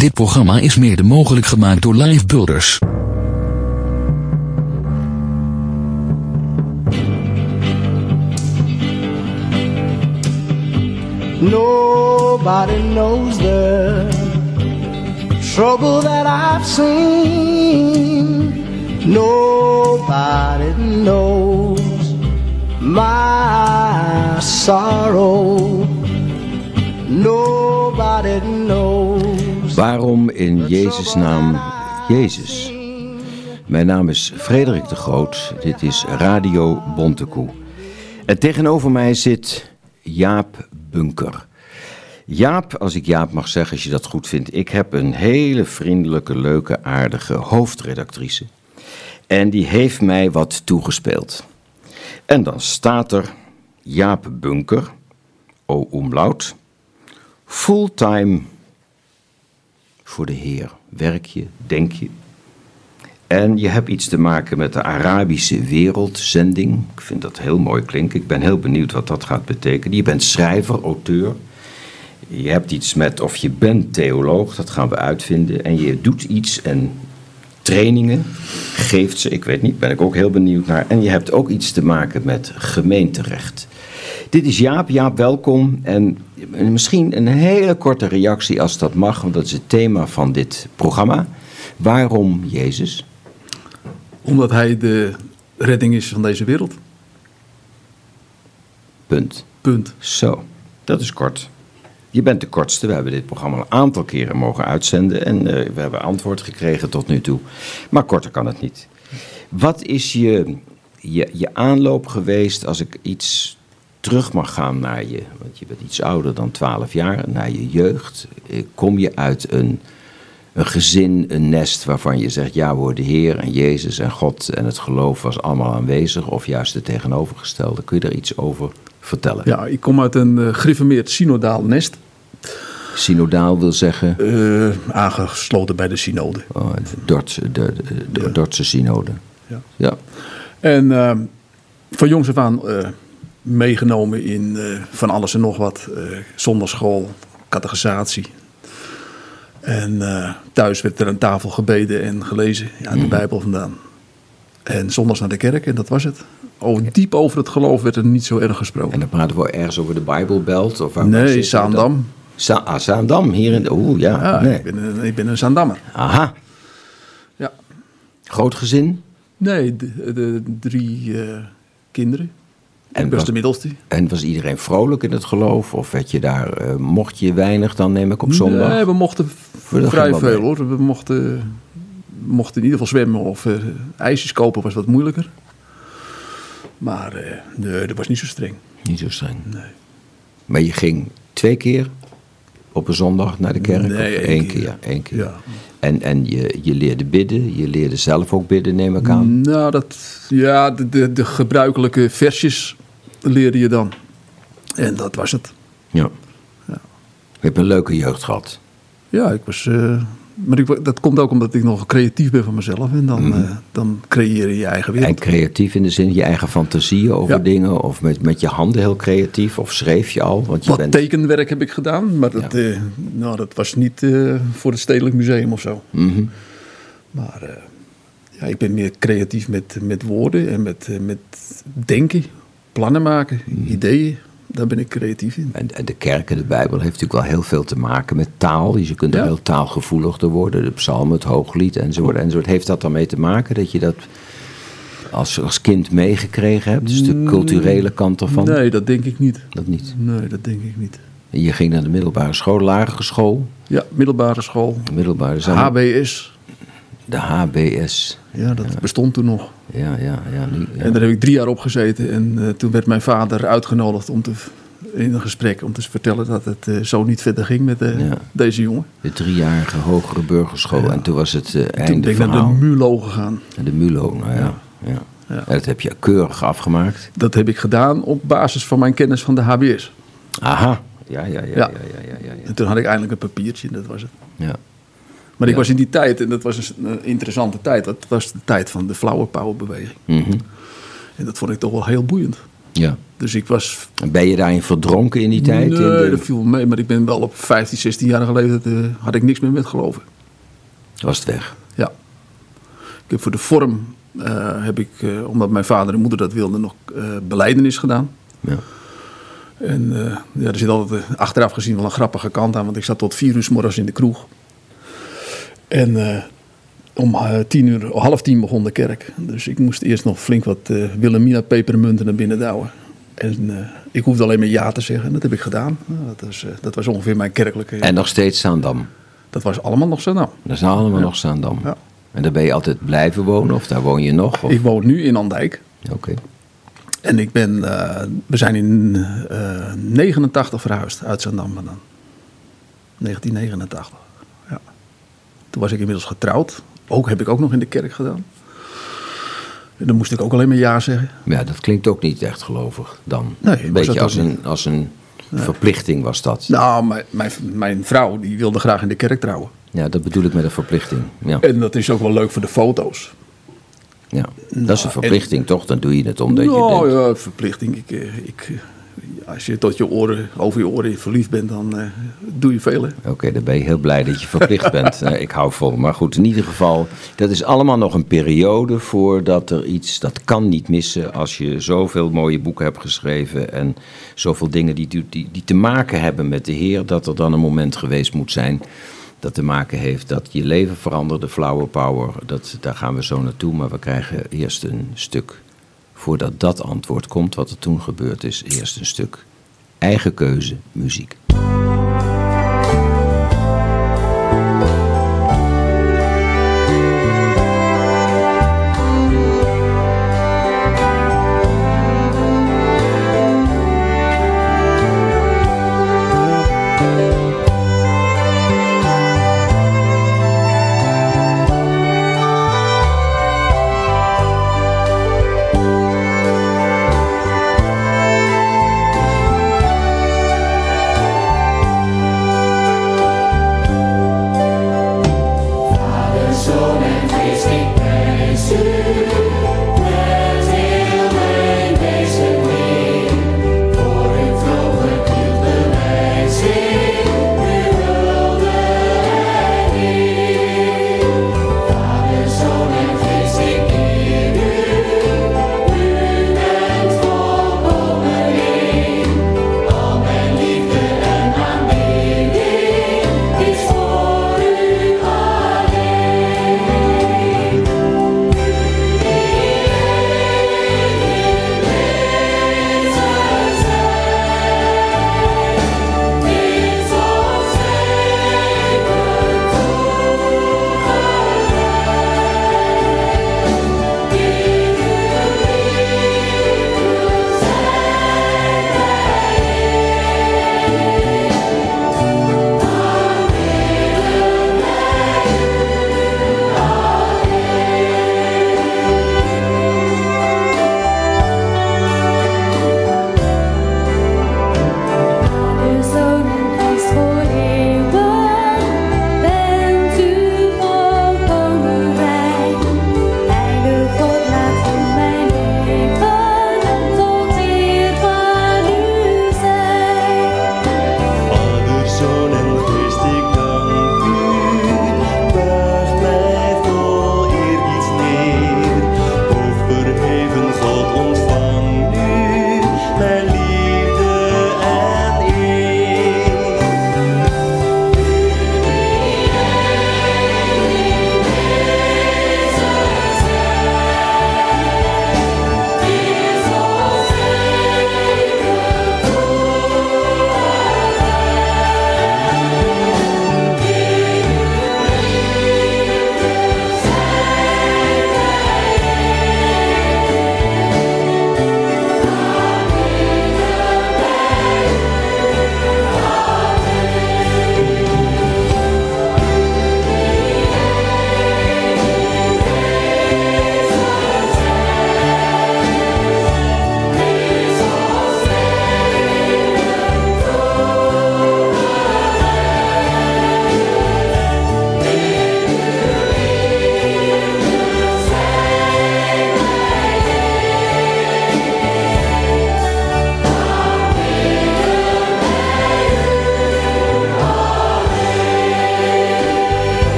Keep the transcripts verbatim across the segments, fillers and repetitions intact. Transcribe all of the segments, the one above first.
Dit programma is mede mogelijk gemaakt door Live Builders. Nobody knows the trouble that I've seen. Nobody knows my sorrow. Nobody knows. Waarom in Jezus' naam Jezus? Mijn naam is Frederik de Groot. Dit is Radio Bontekoe. En tegenover mij zit Jaap Bunker. Jaap, als ik Jaap mag zeggen, als je dat goed vindt. Ik heb een hele vriendelijke, leuke, aardige hoofdredactrice. En die heeft mij wat toegespeeld. En dan staat er Jaap Bunker, o umlaut, fulltime voor de Heer. Werk je, denk je. En je hebt iets te maken met de Arabische wereldzending. Ik vind dat heel mooi klinken. Ik ben heel benieuwd wat dat gaat betekenen. Je bent schrijver, auteur. Je hebt iets met, of je bent theoloog, dat gaan we uitvinden. En je doet iets en trainingen geeft ze, ik weet niet, ben ik ook heel benieuwd naar. En je hebt ook iets te maken met gemeenterecht. Dit is Jaap. Jaap, welkom. En misschien een hele korte reactie als dat mag, want dat is het thema van dit programma. Waarom Jezus? Omdat hij de redding is van deze wereld. Punt. Punt. Zo, dat is kort. Je bent de kortste. We hebben dit programma een aantal keren mogen uitzenden en uh, we hebben antwoord gekregen tot nu toe. Maar korter kan het niet. Wat is je, je, je aanloop geweest als ik iets terug mag gaan naar je, want je bent iets ouder dan twaalf jaar, naar je jeugd? Kom je uit een, een gezin, een nest waarvan je zegt, ja hoor, de Heer en Jezus en God en het geloof was allemaal aanwezig, of juist het tegenovergestelde? Kun je daar iets over vertellen? Ja, ik kom uit een uh, gereformeerd synodaal nest. Synodaal wil zeggen? Uh, aangesloten bij de synode. Oh, de Dordtse, de, de, de ja. Dordtse synode. Ja. ja. En uh, van jongs af aan uh, meegenomen in uh, van alles en nog wat. Uh, zondagschool, catechisatie. En uh, thuis werd er aan tafel gebeden en gelezen. Ja, de mm. Bijbel vandaan. En zondags naar de kerk en dat was het. Oh, diep over het geloof werd er niet zo erg gesproken. En dan praten we ergens over de Bijbelbelt? Of waar nee, Zaandam. Sa- ah, Zaandam, hier in de... Oeh, ja. ja nee. ik, ben een, ik ben een Zaandammer. Aha. Ja. Groot gezin? Nee, de, de drie uh, kinderen. En ik was de middelste. En was iedereen vrolijk in het geloof? Of werd je daar, uh, mocht je weinig dan, neem ik, op zondag? Nee, we mochten vrij veel hoor. We mochten, mochten in ieder geval zwemmen of uh, ijsjes kopen was wat moeilijker. Maar uh, nee, dat was niet zo streng. Niet zo streng? Nee. Maar je ging twee keer op een zondag naar de kerk? Nee, of één één keer. keer? Één keer. Ja. En, en je, je leerde bidden? Je leerde zelf ook bidden, neem ik aan? Nou, dat, ja, de, de, de gebruikelijke versjes leerde je dan. En dat was het. Ja. ja. Je hebt een leuke jeugd gehad. Ja, ik was... Uh, maar ik, dat komt ook omdat ik nog creatief ben van mezelf. En dan, mm. uh, dan creëer je je eigen wereld. En creatief in de zin, je eigen fantasieën over ja. dingen? Of met, met je handen heel creatief? Of schreef je al? Want je Wat bent... tekenwerk heb ik gedaan. Maar dat, ja. uh, nou, dat was niet uh, voor het Stedelijk Museum of zo. Mm-hmm. Maar uh, ja, ik ben meer creatief met, met woorden en met, uh, met denken. Plannen maken, mm. ideeën. Daar ben ik creatief in. En, en de kerk en de Bijbel heeft natuurlijk wel heel veel te maken met taal. Dus je kunt er ja. heel taalgevoelig door worden. De psalmen, het hooglied enzovoort, enzovoort. Heeft dat daarmee te maken dat je dat als, als kind meegekregen hebt? Dus de culturele kant ervan? Nee, dat denk ik niet. Dat niet? Nee, dat denk ik niet. En je ging naar de middelbare school, lagere school? Ja, middelbare school. Middelbare school. H B S. De H B S. Ja, dat ja. bestond toen nog. Ja, ja, ja, nu, ja. En daar heb ik drie jaar op gezeten. En uh, toen werd mijn vader uitgenodigd om te, in een gesprek om te vertellen dat het uh, zo niet verder ging met uh, ja. deze jongen. De driejarige hogere burgerschool. Ja. En toen was het uh, einde toen ben ik verhaal. naar de MULO gegaan. Naar de MULO, nou ja. ja. ja. ja. En dat heb je keurig afgemaakt? Dat heb ik gedaan op basis van mijn kennis van de H B S. Aha. Ja, ja, ja. ja. ja. ja, ja, ja, ja. En toen had ik eindelijk een papiertje en dat was het. Ja. Maar ik ja. was in die tijd, en dat was een interessante tijd, dat was de tijd van de flower power beweging. Mm-hmm. En dat vond ik toch wel heel boeiend. Ja. Dus ik was... Ben je daarin verdronken in die tijd? Nee, in de... dat viel mee. Maar ik ben wel op vijftien, zestienjarige leeftijd... Uh, had ik niks meer met geloven. Was het weg? Ja. Ik heb voor de vorm... Uh, heb ik, uh, omdat mijn vader en moeder dat wilden... nog uh, belijdenis gedaan. Ja. En uh, ja, er zit altijd uh, achteraf gezien wel een grappige kant aan. Want ik zat tot vier uur 's morgens in de kroeg. En... Uh, Om uh, tien uur, half tien begon de kerk. Dus ik moest eerst nog flink wat uh, Wilhelmina pepermunten naar binnen douwen. En uh, ik hoefde alleen maar ja te zeggen. En dat heb ik gedaan. Uh, dat, was, uh, dat was ongeveer mijn kerkelijke... En nog steeds Zaandam? Dat was allemaal nog Zaandam. Dat is allemaal ja. nog Zaandam. Ja. En daar ben je altijd blijven wonen? Of daar woon je nog? Of? Ik woon nu in Andijk. Oké. Okay. En ik ben... Uh, we zijn in uh, negenentachtig verhuisd uit Zaandam vandaan. negentien negenentachtig. Ja. Toen was ik inmiddels getrouwd. Ook heb ik ook nog in de kerk gedaan. En dan moest ik ook alleen maar ja zeggen. Ja, dat klinkt ook niet echt gelovig dan. Nee, een beetje als een, als een nee. verplichting was dat. Nou, mijn, mijn, mijn vrouw die wilde graag in de kerk trouwen. Ja, dat bedoel ik met een verplichting. Ja. En dat is ook wel leuk voor de foto's. Ja, dat nou, is een verplichting en, toch? Dan doe je het omdat nou, je denkt... ja, verplichting. Ik, ik, als je tot je oren, over je oren verliefd bent, dan uh, doe je veel. Oké, okay, dan ben je heel blij dat je verplicht bent. uh, ik hou vol. Maar goed, in ieder geval, dat is allemaal nog een periode voordat er iets... Dat kan niet missen als je zoveel mooie boeken hebt geschreven... en zoveel dingen die, die, die te maken hebben met de Heer... dat er dan een moment geweest moet zijn... dat te maken heeft dat je leven veranderde, Flower Power. Dat, daar gaan we zo naartoe, maar we krijgen eerst een stuk... voordat dat antwoord komt, wat er toen gebeurd is... eerst een stuk eigen keuze muziek.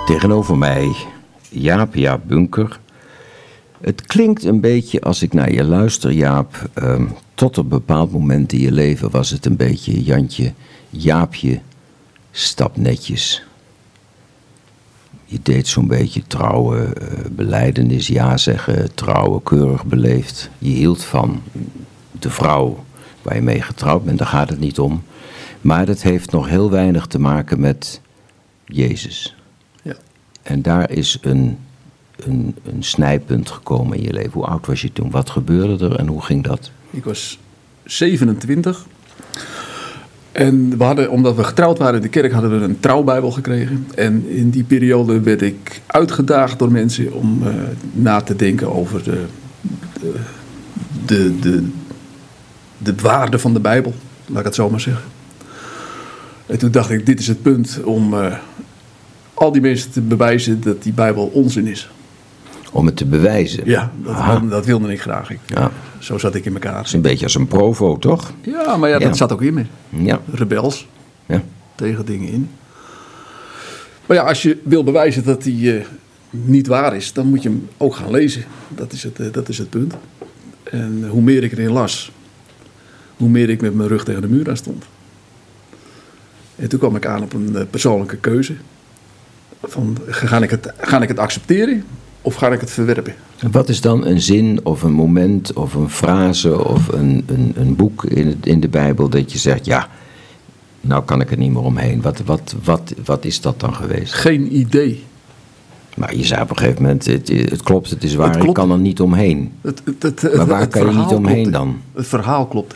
Tegenover mij Jaap, Jaap Bunker. Het klinkt een beetje, als ik naar je luister, Jaap, um, tot een bepaald moment in je leven was het een beetje Jantje, Jaapje, stap netjes. Je deed zo'n beetje trouwen, uh, belijdenis, ja zeggen, trouwen, keurig beleefd. Je hield van de vrouw waar je mee getrouwd bent, daar gaat het niet om. Maar dat heeft nog heel weinig te maken met Jezus. Ja. En daar is een, een, een snijpunt gekomen in je leven. Hoe oud was je toen? Wat gebeurde er en hoe ging dat? Ik was zevenentwintig. En we hadden, omdat we getrouwd waren in de kerk, hadden we een trouwbijbel gekregen. En in die periode werd ik uitgedaagd door mensen om uh, na te denken over de, de, de, de, de waarde van de Bijbel. Laat ik het zo maar zeggen. En toen dacht ik, dit is het punt om uh, al die mensen te bewijzen dat die Bijbel onzin is. Om het te bewijzen? Ja, dat, wilde, dat wilde ik graag. Ik, ja. Zo zat ik in elkaar. Dat is een beetje als een provo, toch? Ja, maar ja, dat ja. zat ook in me. Ja. Rebels. Ja. Tegen dingen in. Maar ja, als je wil bewijzen dat die uh, niet waar is, dan moet je hem ook gaan lezen. Dat is het, uh, dat is het punt. En hoe meer ik erin las, hoe meer ik met mijn rug tegen de muur aan stond. En toen kwam ik aan op een uh, persoonlijke keuze. Van, ga ik het, ga ik het accepteren of ga ik het verwerpen? En wat is dan een zin of een moment of een frase of een, een, een boek in, het, in de Bijbel dat je zegt, ja, nou kan ik er niet meer omheen. Wat, wat, wat, wat is dat dan geweest? Geen idee. Maar je zei op een gegeven moment, het, het klopt, het is waar, het ik kan er niet omheen. Het, het, het, het, maar waar het kan je niet omheen klopte. dan? Het verhaal klopt.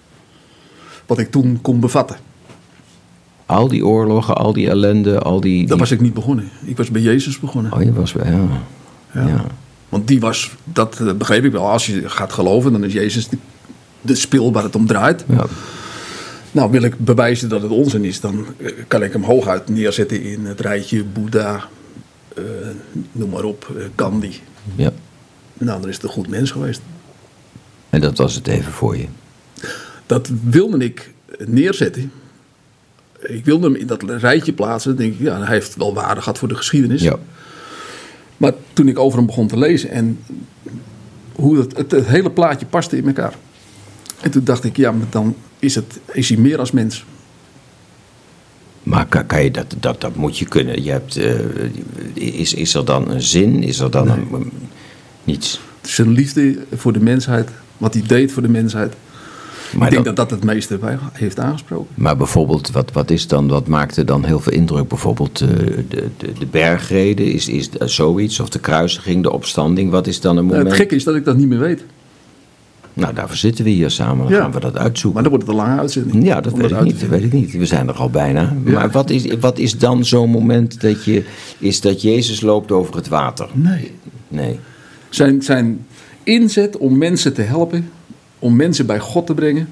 Wat ik toen kon bevatten. Al die oorlogen, al die ellende, al die... die... Dat was ik niet begonnen. Ik was bij Jezus begonnen. Oh, je was bij... Ja. Ja. Ja. Want die was, dat begreep ik wel. Als je gaat geloven, dan is Jezus de, de spil waar het om draait. Ja. Nou, wil ik bewijzen dat het onzin is, dan kan ik hem hooguit neerzetten in het rijtje Boeddha, uh, noem maar op, uh, Gandhi. Ja. Nou, dan is het een goed mens geweest. En dat was het even voor je? Dat wilde ik neerzetten. Ik wilde hem in dat rijtje plaatsen. Denk ik, ja, hij heeft wel waarde gehad voor de geschiedenis. Ja. Maar toen ik over hem begon te lezen en hoe het, het, het hele plaatje paste in elkaar. En toen dacht ik, ja, maar dan is, het, is hij meer als mens. Maar kan, kan je dat, dat, dat moet je kunnen. Je hebt, uh, is, is er dan een zin? Is er dan nee. een, um, niets? Zijn liefde voor de mensheid, wat hij deed voor de mensheid. Maar ik denk dat dat het meeste bij heeft aangesproken. Maar bijvoorbeeld, wat, wat is dan, wat maakte dan heel veel indruk? Bijvoorbeeld uh, de, de, de bergreden, is, is zoiets? Of de kruisiging, de opstanding? Wat is dan een moment? Het gekke is dat ik dat niet meer weet. Nou, daarvoor zitten we hier samen. Dan ja. gaan we dat uitzoeken. Maar dan wordt het een lange uitzending. Ja, dat weet ik niet. Dat weet ik niet. We zijn er al bijna. Ja. Maar wat is, wat is dan zo'n moment dat je... Is dat Jezus loopt over het water? Nee. Nee. Zijn, zijn inzet om mensen te helpen... om mensen bij God te brengen.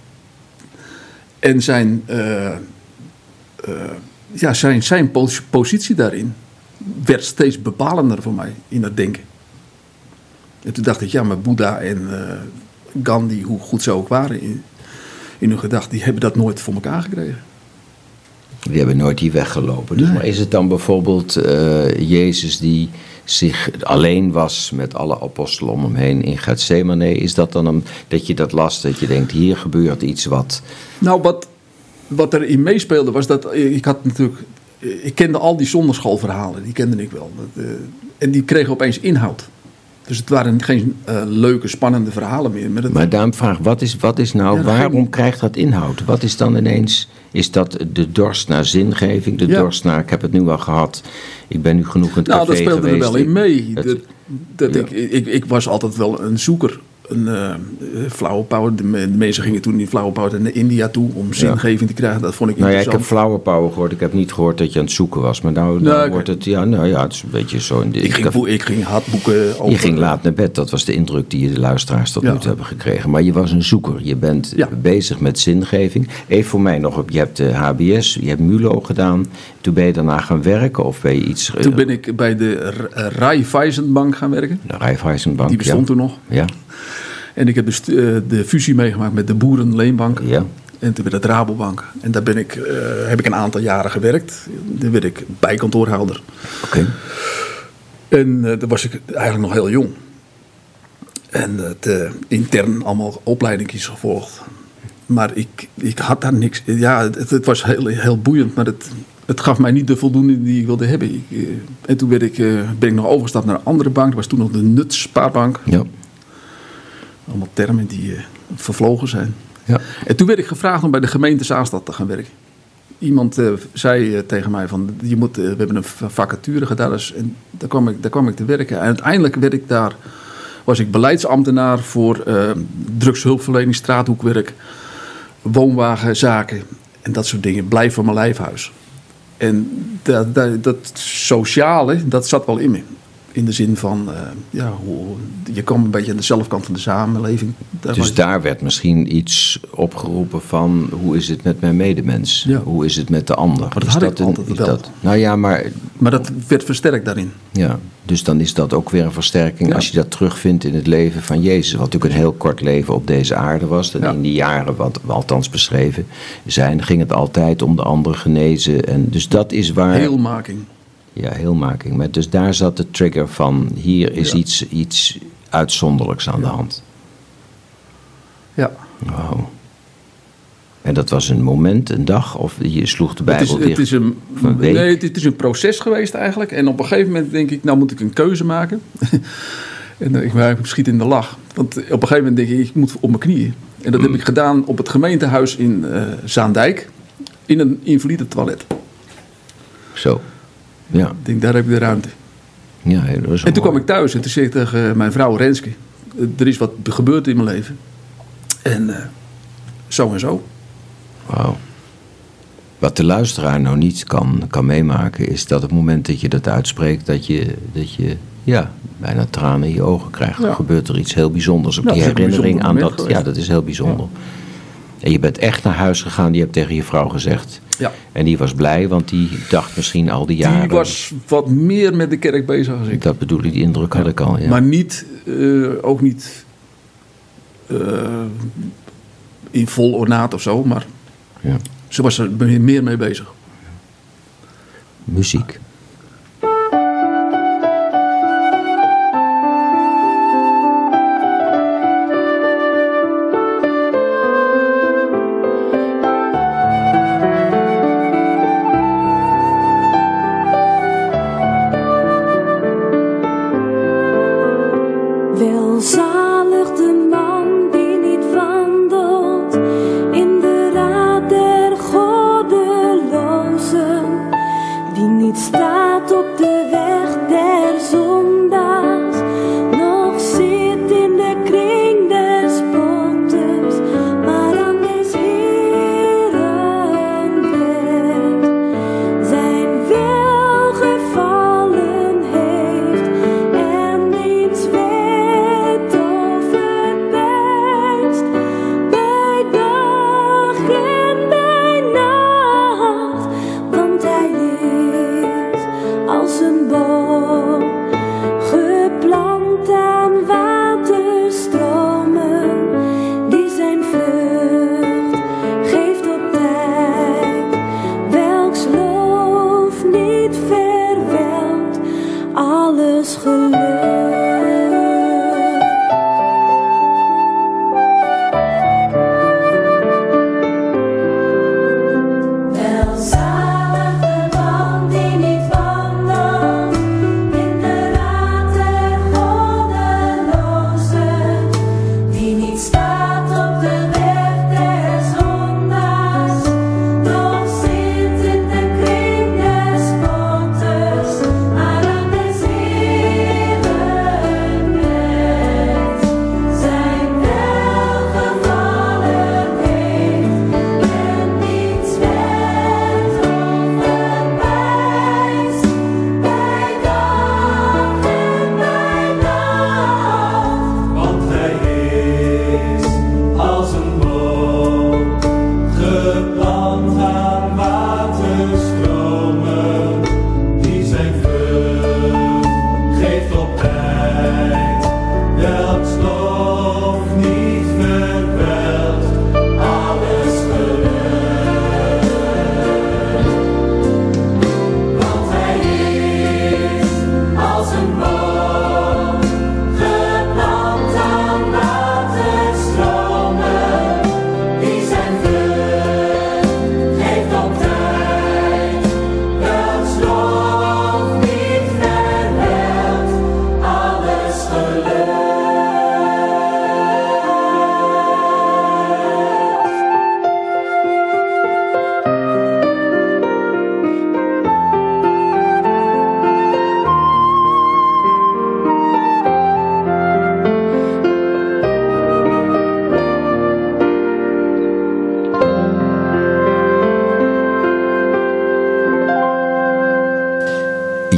En zijn, uh, uh, ja, zijn, zijn positie daarin werd steeds bepalender voor mij in het denken. En toen dacht ik, ja, maar Boeddha en uh, Gandhi, hoe goed ze ook waren in, in hun gedachten, die hebben dat nooit voor elkaar gekregen. Die hebben nooit die weg gelopen. Dus nee. Maar is het dan bijvoorbeeld uh, Jezus die zich alleen was met alle apostelen om hem heen in Gethsemane? Is dat dan een, dat je dat las, dat je denkt, hier gebeurt iets wat... Nou, wat, wat er in meespeelde was dat, ik had natuurlijk, ik kende al die zonderschoolverhalen, die kende ik wel. Dat, uh, en die kregen opeens inhoud. Dus het waren geen uh, leuke, spannende verhalen meer. Maar, het... maar daarom vraag, wat is, wat is nou, ja, waarom geen... krijgt dat inhoud? Wat is dan ineens, is dat de dorst naar zingeving, de ja. dorst naar, ik heb het nu al gehad, ik ben nu genoeg in het nou, café geweest. Nou, dat speelde er wel in mee. Het, dat, dat ja. ik, ik, ik was altijd wel een zoeker. Een uh, flower power. De, de mensen gingen toen in flower power naar India toe om zingeving ja. te krijgen. Dat vond ik nou interessant. Ja, ik heb flower power gehoord. Ik heb niet gehoord dat je aan het zoeken was. Maar nou, nou okay. wordt het, ja, nou ja, het is een beetje zo. In de, ik, ging, ik, ik ging hardboeken over. Je ging laat naar bed. Dat was de indruk die de luisteraars tot ja. nu toe hebben gekregen. Maar je was een zoeker. Je bent ja. bezig met zingeving. Even voor mij nog, je hebt de H B S, je hebt MULO gedaan. Toen ben je daarna gaan werken of ben je iets... Toen ben ik bij de Raiffeisenbank gaan werken. De Raiffeisenbank, Die bestond ja. toen nog. Ja. En ik heb de, de fusie meegemaakt met de Boerenleenbank. Ja. En toen werd het Rabobank. En daar ben ik, uh, heb ik een aantal jaren gewerkt. Toen werd ik bijkantoorhouder. Oké. Okay. En uh, toen was ik eigenlijk nog heel jong. En het, uh, intern allemaal opleidingjes gevolgd. Maar ik, ik had daar niks... Ja, het, het was heel, heel boeiend, maar het, het gaf mij niet de voldoening die ik wilde hebben. Ik, uh, en toen werd ik, uh, ben ik nog overgestapt naar een andere bank. Dat was toen nog de Nuts Spaarbank. Ja. Allemaal termen die uh, vervlogen zijn. Ja. En toen werd ik gevraagd om bij de gemeente Zaanstad te gaan werken. Iemand uh, zei uh, tegen mij van, je moet, uh, we hebben een vacature gedaan. Dus, en daar kwam, ik, daar kwam ik te werken. En uiteindelijk werd ik daar, was ik beleidsambtenaar voor uh, drugshulpverlening, straathoekwerk, woonwagenzaken en dat soort dingen. Blijf van mijn lijfhuis. En dat, dat, dat sociale, dat zat wel in me. In de zin van, uh, ja, je kwam een beetje aan de zelfkant van de samenleving. Daar dus was... daar werd misschien iets opgeroepen van, hoe is het met mijn medemens? Ja. Hoe is het met de ander? Maar dat is had dat ik een, altijd is wel. dat, nou ja, maar... Maar dat werd versterkt daarin. Ja, dus dan is dat ook weer een versterking Ja. als je dat terugvindt in het leven van Jezus. Wat natuurlijk een heel kort leven op deze aarde was. En Ja. in die jaren, wat we althans beschreven zijn, ging het altijd om de ander genezen. En dus dat is waar... Heelmaking. Ja, heelmaking. Maar dus daar zat de trigger van, hier is Ja. iets, iets uitzonderlijks aan Ja. de hand. Ja. Wauw. En dat was een moment, een dag, of je sloeg de Het is, Bijbel het dicht? is een, Of een week? nee, het is, het is een proces geweest eigenlijk. En op een gegeven moment denk ik, nou moet ik een keuze maken. en ik, ik schiet in de lach. Want op een gegeven moment denk ik, ik moet op mijn knieën. En dat Mm. heb ik gedaan op het gemeentehuis in uh, Zaandijk. In een invalide toilet. Zo, ja. Ik denk, daar heb ik de ruimte. ja dat was wel En toen mooi. kwam ik thuis en toen zei ik tegen mijn vrouw Renske. Er is wat gebeurd in mijn leven. En uh, zo en zo. Wauw. Wat de luisteraar nou niet kan, kan meemaken, is dat op het moment dat je dat uitspreekt, dat je, dat je ja, bijna tranen in je ogen krijgt. Ja. Er gebeurt er iets heel bijzonders. Op Ja, die het is een herinnering aan bijzonder dat, moment ja, dat is heel bijzonder. En je bent echt naar huis gegaan, die hebt tegen je vrouw gezegd. Ja. En die was blij, want die dacht misschien al die jaren. Die was wat meer met de kerk bezig als ik. Dat bedoel ik, die indruk had ik al. Ja. Maar niet, uh, ook niet uh, in vol ornaat of zo, maar Ja. ze was er meer mee bezig. Muziek. Welzalig de man die niet wandelt in de raad der goddelozen, die niet staat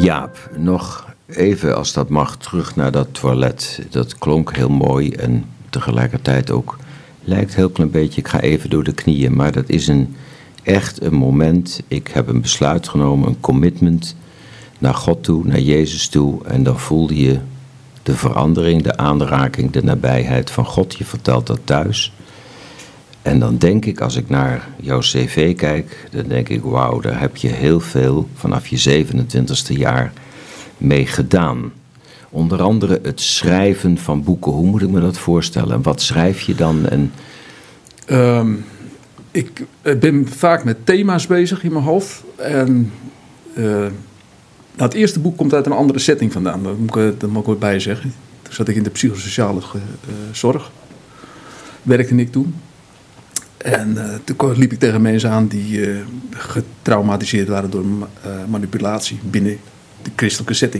Jaap, nog even, als dat mag, terug naar dat toilet. Dat klonk heel mooi en tegelijkertijd ook lijkt heel klein beetje, ik ga even door de knieën. Maar dat is een, echt een moment, ik heb een besluit genomen, een commitment naar God toe, naar Jezus toe. En dan voelde je de verandering, de aanraking, de nabijheid van God. Je vertelt dat thuis. En dan denk ik, als ik naar jouw cv kijk, dan denk ik, wauw, daar heb je heel veel vanaf je zevenentwintigste jaar mee gedaan. Onder andere het schrijven van boeken. Hoe moet ik me dat voorstellen? En wat schrijf je dan? En... Um, ik ben vaak met thema's bezig in mijn hoofd. En uh, nou, het eerste boek komt uit een andere setting vandaan. Dat moet ik, dat moet ik erbij zeggen. Toen zat ik in de psychosociale uh, zorg. Werkte ik toen. En uh, toen liep ik tegen mensen aan die uh, getraumatiseerd waren door uh, manipulatie binnen de christelijke setting.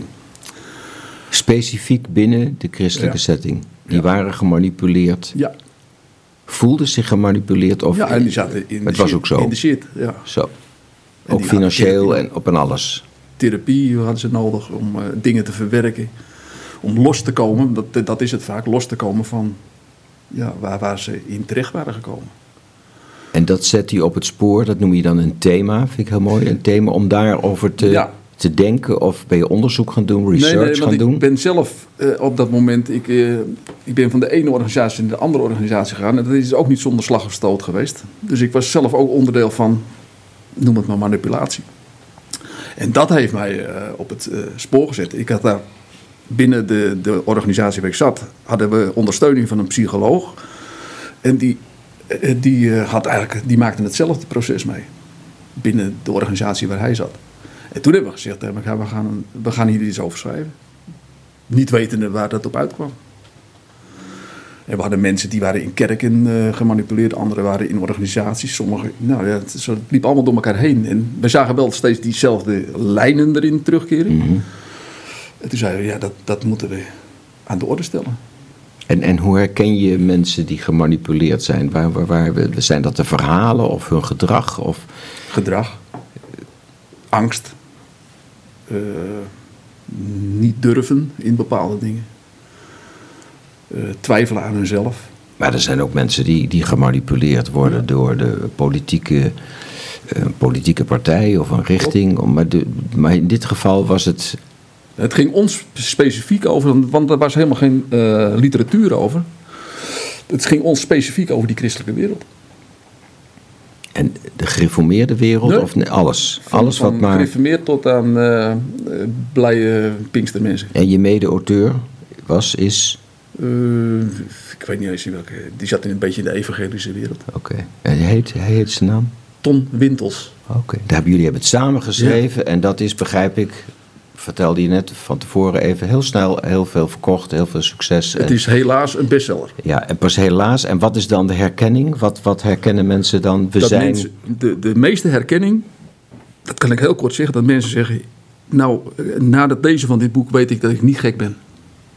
Specifiek binnen de christelijke ja. setting. Die ja. waren gemanipuleerd. Ja. Voelden zich gemanipuleerd? Of ja, en die zaten in het de was shit, ook zo. In de shit, ja. Zo. Ook financieel en op en alles. Therapie hadden ze nodig om uh, dingen te verwerken. Om los te komen, dat, dat is het vaak, los te komen van ja, waar, waar ze in terecht waren gekomen. En dat zet je op het spoor, dat noem je dan een thema, vind ik heel mooi. Een thema om daarover te, ja. te denken, of ben je onderzoek gaan doen, research nee, nee, want gaan ik doen? Ik ben zelf uh, op dat moment, ik, uh, ik ben van de ene organisatie naar de andere organisatie gegaan. En dat is ook niet zonder slag of stoot geweest. Dus ik was zelf ook onderdeel van, noem het maar manipulatie. En dat heeft mij uh, op het uh, spoor gezet. Ik had daar binnen de, de organisatie waar ik zat, hadden we ondersteuning van een psycholoog. En die, uh, die, uh, had eigenlijk, die maakte hetzelfde proces mee. Binnen de organisatie waar hij zat. En toen hebben we gezegd, we gaan, we gaan hier iets over schrijven. Niet wetende waar dat op uitkwam. En we hadden mensen die waren in kerken uh, gemanipuleerd, anderen waren in organisaties. Sommigen, nou ja, het, het liep allemaal door elkaar heen. En we zagen wel steeds diezelfde lijnen erin terugkeren. Mm-hmm. En toen zeiden we, ja, dat, dat moeten we aan de orde stellen. En, en hoe herken je mensen die gemanipuleerd zijn? Waar, waar, waar, zijn dat de verhalen of hun gedrag? Of... Gedrag, angst, uh, niet durven in bepaalde dingen. Uh, twijfelen aan hunzelf. Maar er zijn ook mensen die, die gemanipuleerd worden ja. door de politieke, uh, politieke partij of een richting. Maar, de, maar in dit geval was het... Het ging ons specifiek over, want er was helemaal geen uh, literatuur over. Het ging ons specifiek over die christelijke wereld. En de gereformeerde wereld nee. of nee, alles? Van, alles wat van maar... gereformeerd tot aan uh, blije Pinkstermensen. En je mede-auteur was, is... Uh, ik weet niet eens welke. Die zat in een beetje in de evangelische wereld. Oké. Okay. En hij heet, hij heet zijn naam? Ton Wintels. Oké. Okay. Jullie hebben het samen geschreven. Ja. En dat is, begrijp ik, vertelde je net van tevoren even, heel snel heel veel verkocht, heel veel succes. Het en, is helaas een bestseller. Ja, en pas helaas. En wat is dan de herkenning? Wat, wat herkennen mensen dan? We dat zijn... mensen, de, de meeste herkenning, dat kan ik heel kort zeggen, dat mensen zeggen, nou, na het lezen van dit boek weet ik dat ik niet gek ben.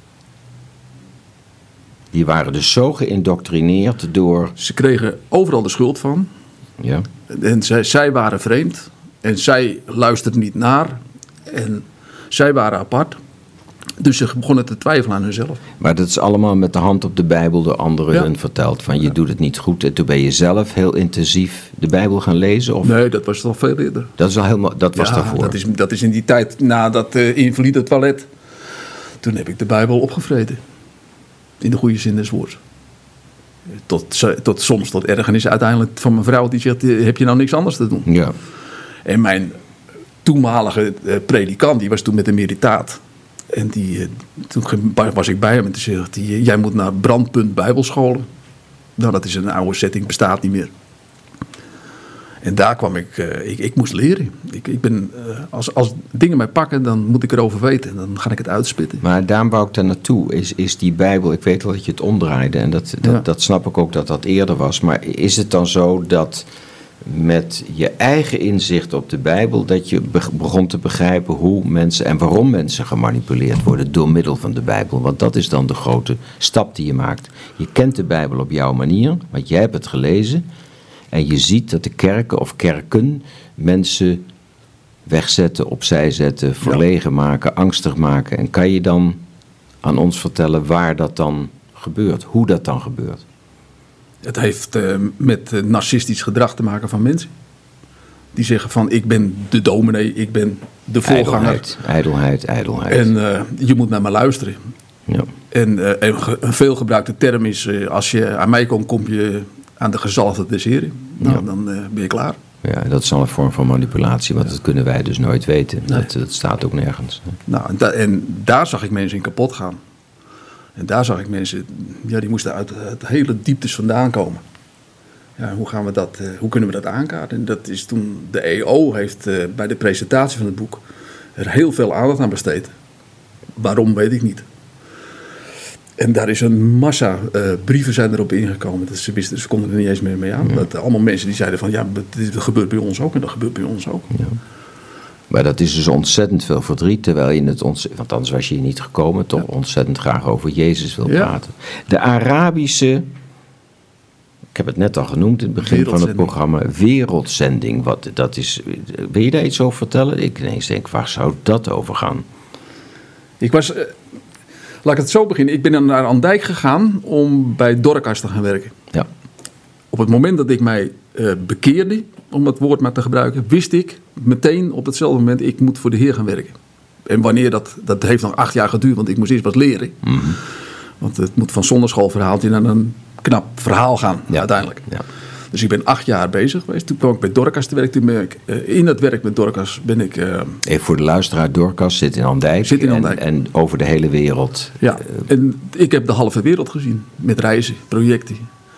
Die waren dus zo geïndoctrineerd door... Ze kregen overal de schuld van. Ja. En zij, zij waren vreemd. En zij luisterden niet naar. En zij waren apart. Dus ze begonnen te twijfelen aan hunzelf. Maar dat is allemaal met de hand op de Bijbel door anderen ja. hun verteld. Van je ja. doet het niet goed. En toen ben je zelf heel intensief de Bijbel gaan lezen? Of? Nee, dat was al veel eerder. Dat, is al helemaal, dat was ja, daarvoor? Dat is, dat is in die tijd na dat uh, invalide toilet. Toen heb ik de Bijbel opgevreten. In de goede zin des woords. Tot, tot soms tot ergernis uiteindelijk van mijn vrouw die zegt, heb je nou niks anders te doen? Ja. En mijn toenmalige uh, predikant, die was toen met een meritaat. En die, uh, toen was ik bij hem en toen zei hij, jij moet naar Brandpunt Bijbelscholen. Nou, dat is een oude setting, bestaat niet meer. En daar kwam ik, uh, ik, ik moest leren. Ik, ik ben, uh, als, als dingen mij pakken, dan moet ik erover weten. En dan ga ik het uitspitten. Maar daarom wou ik daar naartoe. Is, is die Bijbel, ik weet wel dat je het omdraaide. En dat, dat, ja. dat snap ik ook dat dat eerder was. Maar is het dan zo dat met je eigen inzicht op de Bijbel, dat je begon te begrijpen hoe mensen en waarom mensen gemanipuleerd worden door middel van de Bijbel? Want dat is dan de grote stap die je maakt. Je kent de Bijbel op jouw manier, want jij hebt het gelezen. En je ziet dat de kerken of kerken mensen wegzetten, opzij zetten, verlegen maken, angstig maken. En kan je dan aan ons vertellen waar dat dan gebeurt? Hoe dat dan gebeurt? Het heeft uh, met uh, narcistisch gedrag te maken van mensen. Die zeggen van ik ben de dominee, ik ben de voorganger. Ijdelheid, ijdelheid, ijdelheid. En uh, je moet naar me luisteren. Ja. En uh, een, ge- een veelgebruikte term is, uh, als je aan mij komt, kom je aan de gezalfde des Heren. Nou, Ja. dan uh, ben je klaar. Ja, dat is al een vorm van manipulatie, want dat kunnen wij dus nooit weten. Nee. Dat, dat staat ook nergens. Nou, en, da- en daar zag ik mensen in kapot gaan. En daar zag ik mensen, ja, die moesten uit het hele dieptes vandaan komen. Ja, hoe gaan we dat, uh, hoe kunnen we dat aankaarten? En dat is toen de E O heeft uh, bij de presentatie van het boek er heel veel aandacht aan besteed. Waarom, weet ik niet. En daar is een massa uh, brieven zijn erop ingekomen. Dat ze wisten, ze konden er niet eens meer mee aan. Ja. Dat allemaal mensen die zeiden van, ja, dit gebeurt bij ons ook en dat gebeurt bij ons ook. Ja. Maar dat is dus ontzettend veel verdriet, terwijl je het ontzettend, want anders was je hier niet gekomen, toch Ja. ontzettend graag over Jezus wil Ja. praten. De Arabische, ik heb het net al genoemd in het begin van het Wereldzending. programma, wereldzending. Wat, dat is, wil je daar iets over vertellen? Ik ineens denk, waar zou dat over gaan? Ik was, uh, laat ik het zo beginnen. Ik ben naar Andijk gegaan om bij Dorcas te gaan werken. Ja, Op het moment dat ik mij uh, bekeerde, om dat woord maar te gebruiken, wist ik meteen op hetzelfde moment, ik moet voor de Heer gaan werken. En wanneer dat, dat heeft nog acht jaar geduurd, want ik moest eerst wat leren. mm-hmm. Want het moet van zonderschoolverhaaltje naar een knap verhaal gaan, ja, uiteindelijk. Ja. Dus ik ben acht jaar bezig geweest. Toen kwam ik bij Dorcas te werken. Toen ben ik, uh, in het werk met Dorcas ben ik... Uh, Even voor de luisteraar, Dorcas zit in Andijk, Zit in Andijk. En, en over de hele wereld. ja, en ik heb de halve wereld gezien. Met reizen, projecten.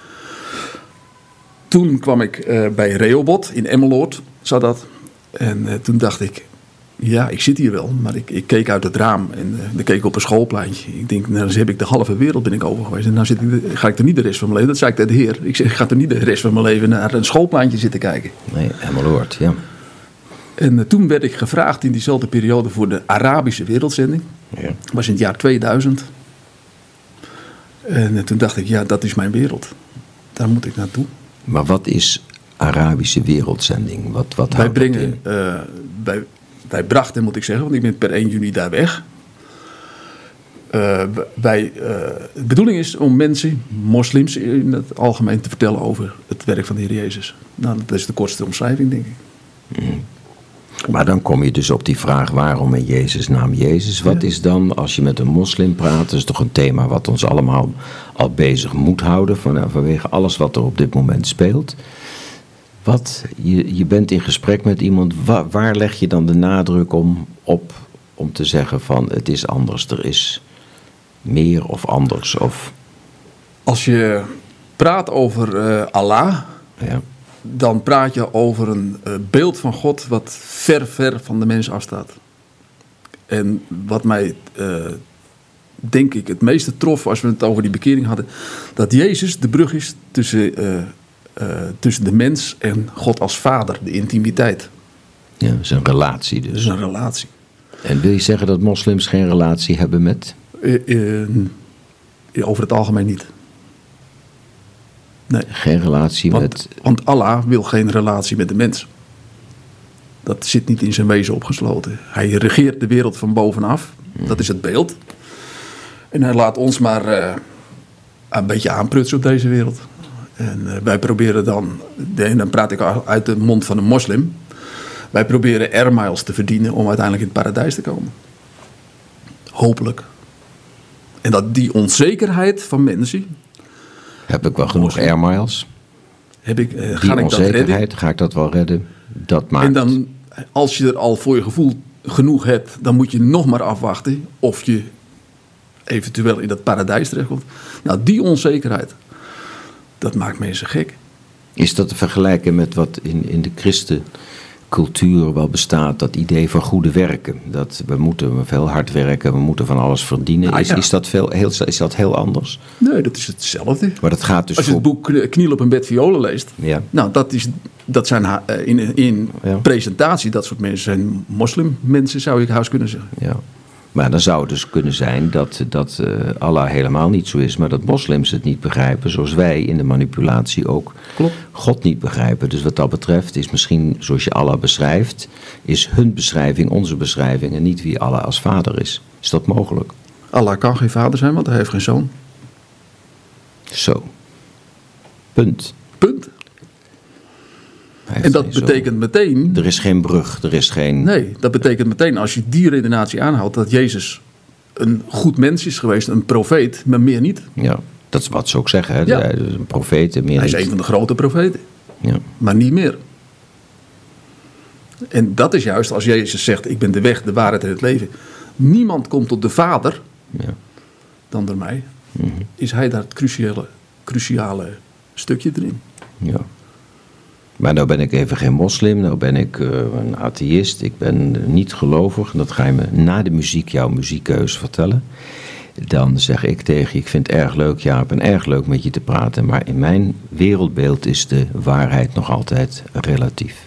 Toen kwam ik uh, bij Rehoboth in Emmeloord, zat dat. En uh, toen dacht ik, ja, ik zit hier wel. Maar ik, ik keek uit het raam en uh, dan keek ik op een schoolpleintje. Ik denk, nou, dan heb ik de halve wereld ben ik over geweest. En nou zit ik, ga ik er niet de rest van mijn leven. Dat zei ik tegen de Heer. Ik zeg, ik ga er niet de rest van mijn leven naar een schoolpleintje zitten kijken. Nee, Emmeloord, ja. En uh, toen werd ik gevraagd in diezelfde periode voor de Arabische wereldzending. ja. Dat was in het jaar tweeduizend. En uh, toen dacht ik, ja, dat is mijn wereld. Daar moet ik naartoe. Maar wat is Arabische wereldzending? Wat, wat Wij houdt dat brengen, in? uh, wij, wij brachten, moet ik zeggen, want ik ben per één juni daar weg. Uh, wij, uh, de bedoeling is om mensen, moslims in het algemeen, te vertellen over het werk van de Heer Jezus. Nou, dat is de kortste omschrijving, denk ik. Maar dan kom je dus op die vraag, waarom in Jezus naam Jezus? Wat Ja. is dan, als je met een moslim praat, dat is toch een thema wat ons allemaal al bezig moet houden, van, vanwege alles wat er op dit moment speelt. Wat, je, je bent in gesprek met iemand, waar, waar leg je dan de nadruk om, op om te zeggen van het is anders, er is meer of anders? Of, Als je praat over uh, Allah, ja, dan praat je over een uh, beeld van God wat ver, ver van de mens afstaat. En wat mij, uh, denk ik, het meeste trof als we het over die bekering hadden, dat Jezus de brug is tussen, uh, uh, tussen de mens en God als vader, de intimiteit. ja, dat is een relatie Dat dus. is een relatie. En wil je zeggen dat moslims geen relatie hebben met? Uh, uh, over het algemeen niet. Nee. Geen relatie Want, met... want Allah wil geen relatie met de mens. Dat zit niet in zijn wezen opgesloten. Hij regeert de wereld van bovenaf. Dat is het beeld. En hij laat ons maar uh, een beetje aanprutsen op deze wereld. En uh, wij proberen dan, en dan praat ik uit de mond van een moslim. Wij proberen air miles te verdienen om uiteindelijk in het paradijs te komen. Hopelijk. En dat die onzekerheid van mensen, Heb ik wel genoeg air miles? heb ik, uh, Die ga ik dat redden? onzekerheid, ga ik dat wel redden? Dat maakt... En dan, als je er al voor je gevoel genoeg hebt, dan moet je nog maar afwachten of je eventueel in dat paradijs terechtkomt. Nou, die onzekerheid, dat maakt mensen gek. Is dat te vergelijken met wat in, in de christencultuur wel bestaat? Dat idee van goede werken. Dat we moeten veel hard werken, we moeten van alles verdienen. Ah, is, ja. is, dat veel, heel, is dat heel anders? Nee, dat is hetzelfde. Maar dat gaat dus Als je voor... het boek Kniel op een bed violen leest, Ja. nou, dat, is, dat zijn ha- in, in Ja. presentatie, dat soort mensen zijn moslimmensen, zou ik haast kunnen zeggen. Ja. Maar dan zou het dus kunnen zijn dat, dat uh, Allah helemaal niet zo is, maar dat moslims het niet begrijpen, zoals wij in de manipulatie ook Klopt. God niet begrijpen. Dus wat dat betreft is misschien, zoals je Allah beschrijft, is hun beschrijving onze beschrijving en niet wie Allah als vader is. Is dat mogelijk? Allah kan geen vader zijn, want hij heeft geen zoon. Zo. Punt. Punt. Hij heeft En dat geen zoon. betekent meteen... Er is geen brug, er is geen... Nee, dat betekent meteen als je die redenatie aanhoudt dat Jezus een goed mens is geweest, een profeet, maar meer niet. Ja, dat is wat ze ook zeggen. Hè? Ja. Hij is een profeet en meer Hij is niet. een van de grote profeten, Ja. maar niet meer. En dat is juist als Jezus zegt, ik ben de weg, de waarheid en het leven. Niemand komt tot de Vader Ja. dan door mij. Is hij daar het cruciale, cruciale stukje erin. Ja. Maar nou ben ik even geen moslim, nou ben ik uh, een atheïst, ik ben niet gelovig. En dat ga je me na de muziek, jouw muziekkeus vertellen. Dan zeg ik tegen je, ik vind het erg leuk Jaap en erg leuk met je te praten. Maar in mijn wereldbeeld is de waarheid nog altijd relatief.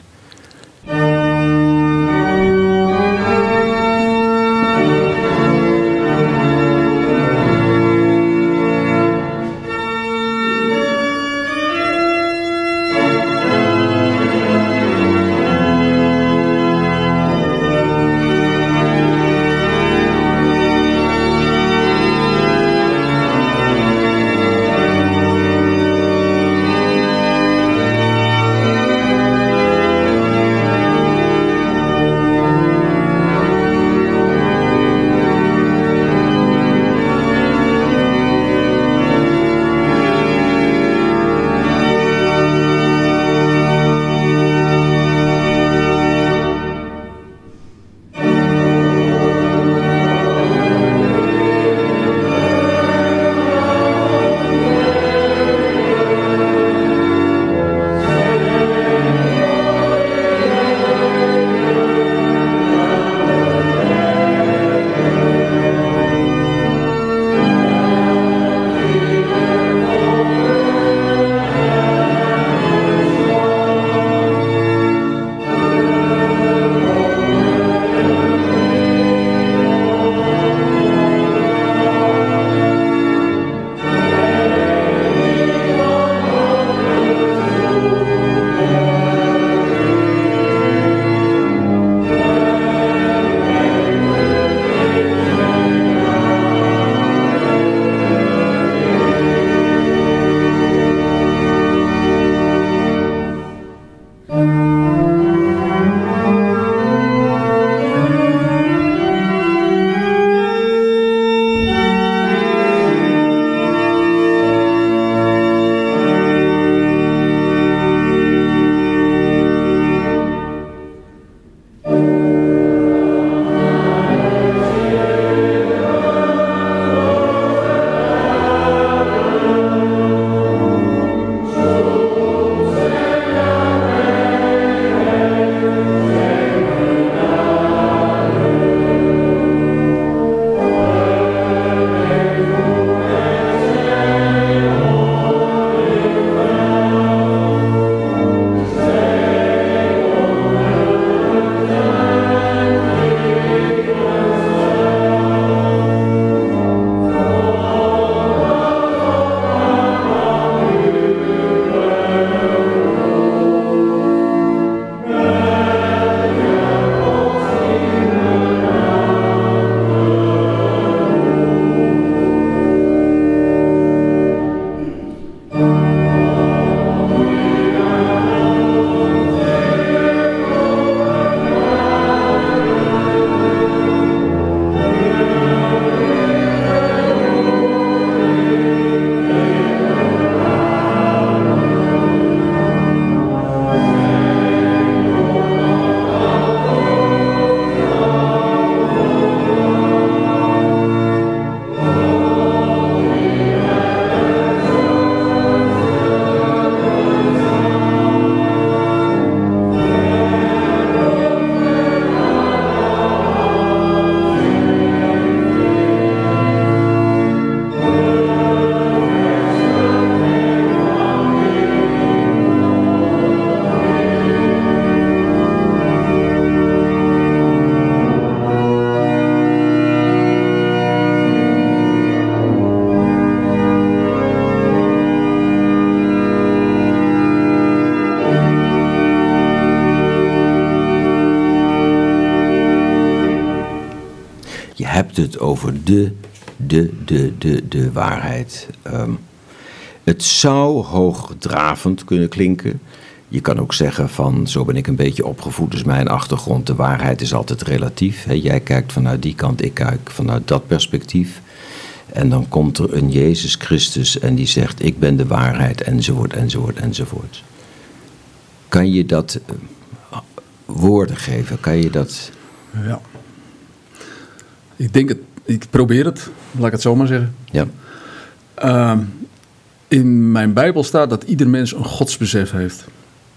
hebt het over de, de, de, de, de waarheid. Um, het zou hoogdravend kunnen klinken. Je kan ook zeggen van, zo ben ik een beetje opgevoed, dus mijn achtergrond, de waarheid is altijd relatief. He, jij kijkt vanuit die kant, ik kijk vanuit dat perspectief. En dan komt er een Jezus Christus en die zegt, ik ben de waarheid, enzovoort, enzovoort, enzovoort. Kan je dat uh, woorden geven? Kan je dat... Ja. Ik denk het, ik probeer het, laat ik het zo maar zeggen. Ja. Uh, in mijn Bijbel staat dat ieder mens een godsbesef heeft.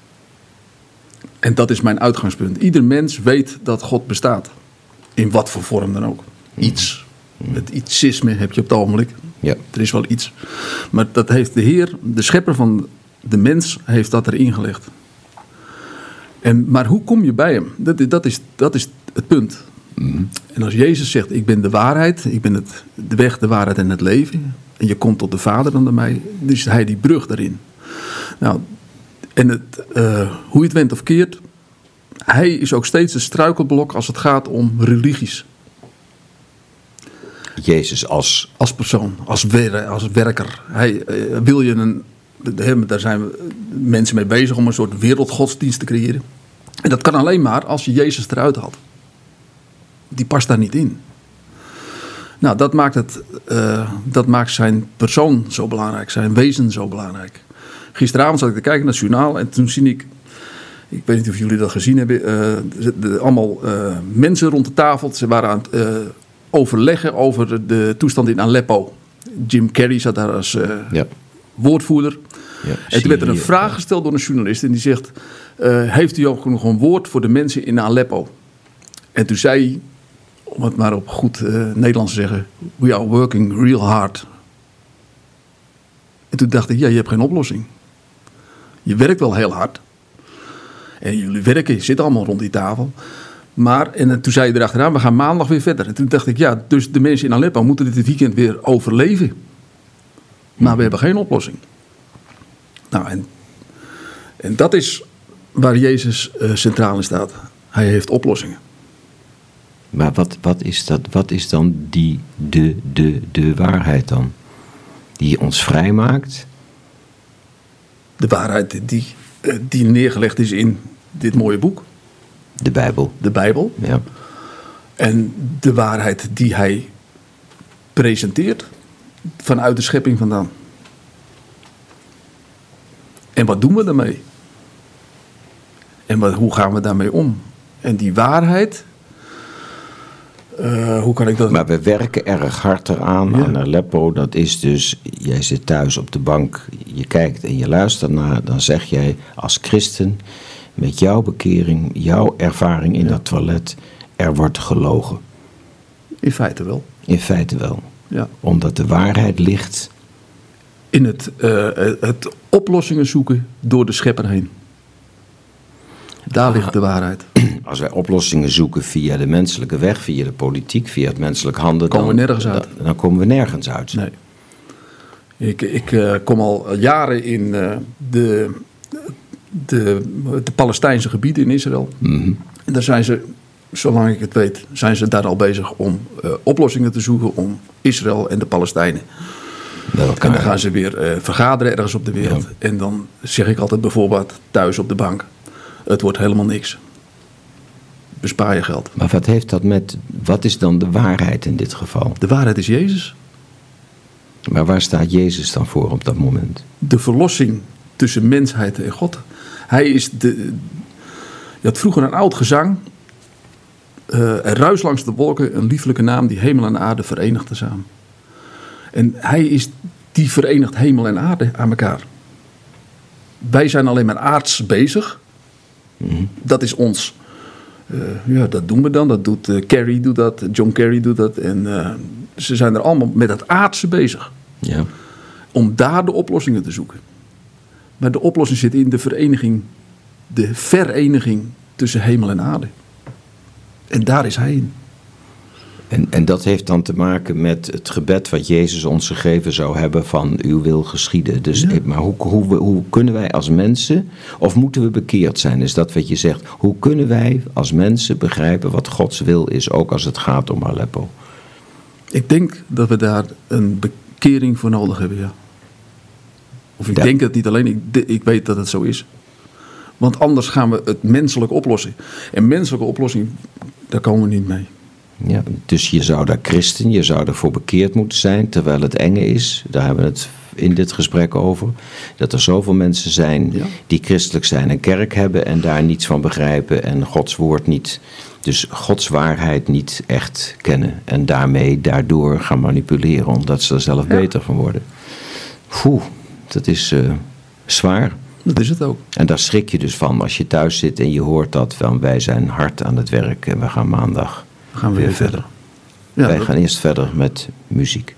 En dat is mijn uitgangspunt. Ieder mens weet dat God bestaat. In wat voor vorm dan ook. Iets. Het ietsisme heb je op het ogenblik. Ja. Er is wel iets. Maar dat heeft de Heer, de schepper van de mens, heeft dat erin gelegd. En, maar hoe kom je bij hem? Dat, dat, is, dat is het punt. Mm-hmm. En als Jezus zegt, ik ben de waarheid, ik ben het, de weg, de waarheid en het leven. En je komt tot de Vader dan door mij. Dan is hij die brug daarin. Nou, en het, uh, hoe je het went of keert. Hij is ook steeds een struikelblok als het gaat om religies. Jezus als... Als persoon, als, wer, als werker. Hij, uh, wil je een... Daar zijn mensen mee bezig om een soort wereldgodsdienst te creëren. En dat kan alleen maar als je Jezus eruit haalt. Die past daar niet in. Nou, dat maakt, het, uh, dat maakt zijn persoon zo belangrijk, zijn wezen zo belangrijk. Gisteravond zat ik te kijken naar het journaal en toen zie ik... Ik weet niet of jullie dat gezien hebben. Uh, de, de, allemaal uh, mensen rond de tafel. Ze waren aan het uh, overleggen over de, de toestand in Aleppo. Jim Carrey zat daar als uh, ja. woordvoerder. Ja, en toen werd er een vraag gesteld door een journalist. En die zegt, uh, heeft u ook nog een woord voor de mensen in Aleppo? En toen zei hij, om het maar op goed uh, Nederlands te zeggen, we are working real hard. En toen dacht ik, ja, je hebt geen oplossing. Je werkt wel heel hard. En jullie werken, je zit allemaal rond die tafel. Maar, en toen zei je erachteraan, we gaan maandag weer verder. En toen dacht ik, ja, dus de mensen in Aleppo moeten dit weekend weer overleven. Maar we hebben geen oplossing. Nou, en, en dat is waar Jezus uh, centraal in staat. Hij heeft oplossingen. Maar wat, wat, is dat, wat is dan die, de, de, de waarheid dan? Die ons vrijmaakt? De waarheid die, die neergelegd is in dit mooie boek. De Bijbel. De Bijbel. Ja. En de waarheid die hij presenteert vanuit de schepping vandaan. En wat doen we daarmee? En wat, hoe gaan we daarmee om? En die waarheid... Uh, hoe kan ik dat... Maar we werken erg hard eraan, ja. aan Aleppo. Dat is dus, jij zit thuis op de bank, je kijkt en je luistert naar. Dan zeg jij als christen, met jouw bekering, jouw ervaring in ja. dat toilet, er wordt gelogen. In feite wel. In feite wel. Ja. Omdat de waarheid ligt... In het, uh, het oplossingen zoeken door de schepper heen. Daar ligt de waarheid. Als wij oplossingen zoeken via de menselijke weg, via de politiek, via het menselijk handelen... Komen dan, we nergens uit. Dan, dan komen we nergens uit. Nee. Ik, ik uh, kom al jaren in uh, de, de, de Palestijnse gebieden in Israël. Mm-hmm. En daar zijn ze, zolang ik het weet, zijn ze daar al bezig om uh, oplossingen te zoeken om Israël en de Palestijnen. En dan gaan ze weer uh, vergaderen ergens op de wereld. Ja. En dan zeg ik altijd bijvoorbeeld thuis op de bank, het wordt helemaal niks. Bespaar je geld. Maar wat heeft dat met, wat is dan de waarheid in dit geval? De waarheid is Jezus. Maar waar staat Jezus dan voor op dat moment? De verlossing tussen mensheid en God. Hij is de... Je had vroeger een oud gezang. Uh, er ruist langs de wolken een lieflijke naam die hemel en aarde verenigt tezamen. En hij is die verenigt hemel en aarde aan elkaar. Wij zijn alleen maar aards bezig. Mm-hmm. Dat is ons... Uh, ja, dat doen we dan. Dat doet uh, Kerry doet dat, John Kerry doet dat. En uh, ze zijn er allemaal met het aardse bezig. Ja. Om daar de oplossingen te zoeken. Maar de oplossing zit in de vereniging, de vereniging tussen hemel en aarde. En daar is hij in. En, en dat heeft dan te maken met het gebed wat Jezus ons gegeven zou hebben van uw wil geschieden. Dus, ja. Maar hoe, hoe, hoe kunnen wij als mensen, of moeten we bekeerd zijn, is dat wat je zegt. Hoe kunnen wij als mensen begrijpen wat Gods wil is, ook als het gaat om Aleppo? Ik denk dat we daar een bekering voor nodig hebben, ja. Of ik Ja. denk het niet alleen, ik, de- ik weet dat het zo is. Want anders gaan we het menselijk oplossen. En menselijke oplossing, daar komen we niet mee. Ja, dus je zou daar christen, je zou ervoor bekeerd moeten zijn, terwijl het enge is. Daar hebben we het in dit gesprek over. Dat er zoveel mensen zijn Ja. die christelijk zijn en kerk hebben en daar niets van begrijpen en Gods woord niet, dus Gods waarheid niet echt kennen. En daarmee daardoor gaan manipuleren, omdat ze er zelf Ja. beter van worden. Oeh, dat is uh, zwaar. Dat is het ook. En daar schrik je dus van als je thuis zit en je hoort dat van wij zijn hard aan het werk en we gaan maandag Dan gaan we weer verder. Ja, wij dat- gaan eerst verder met muziek.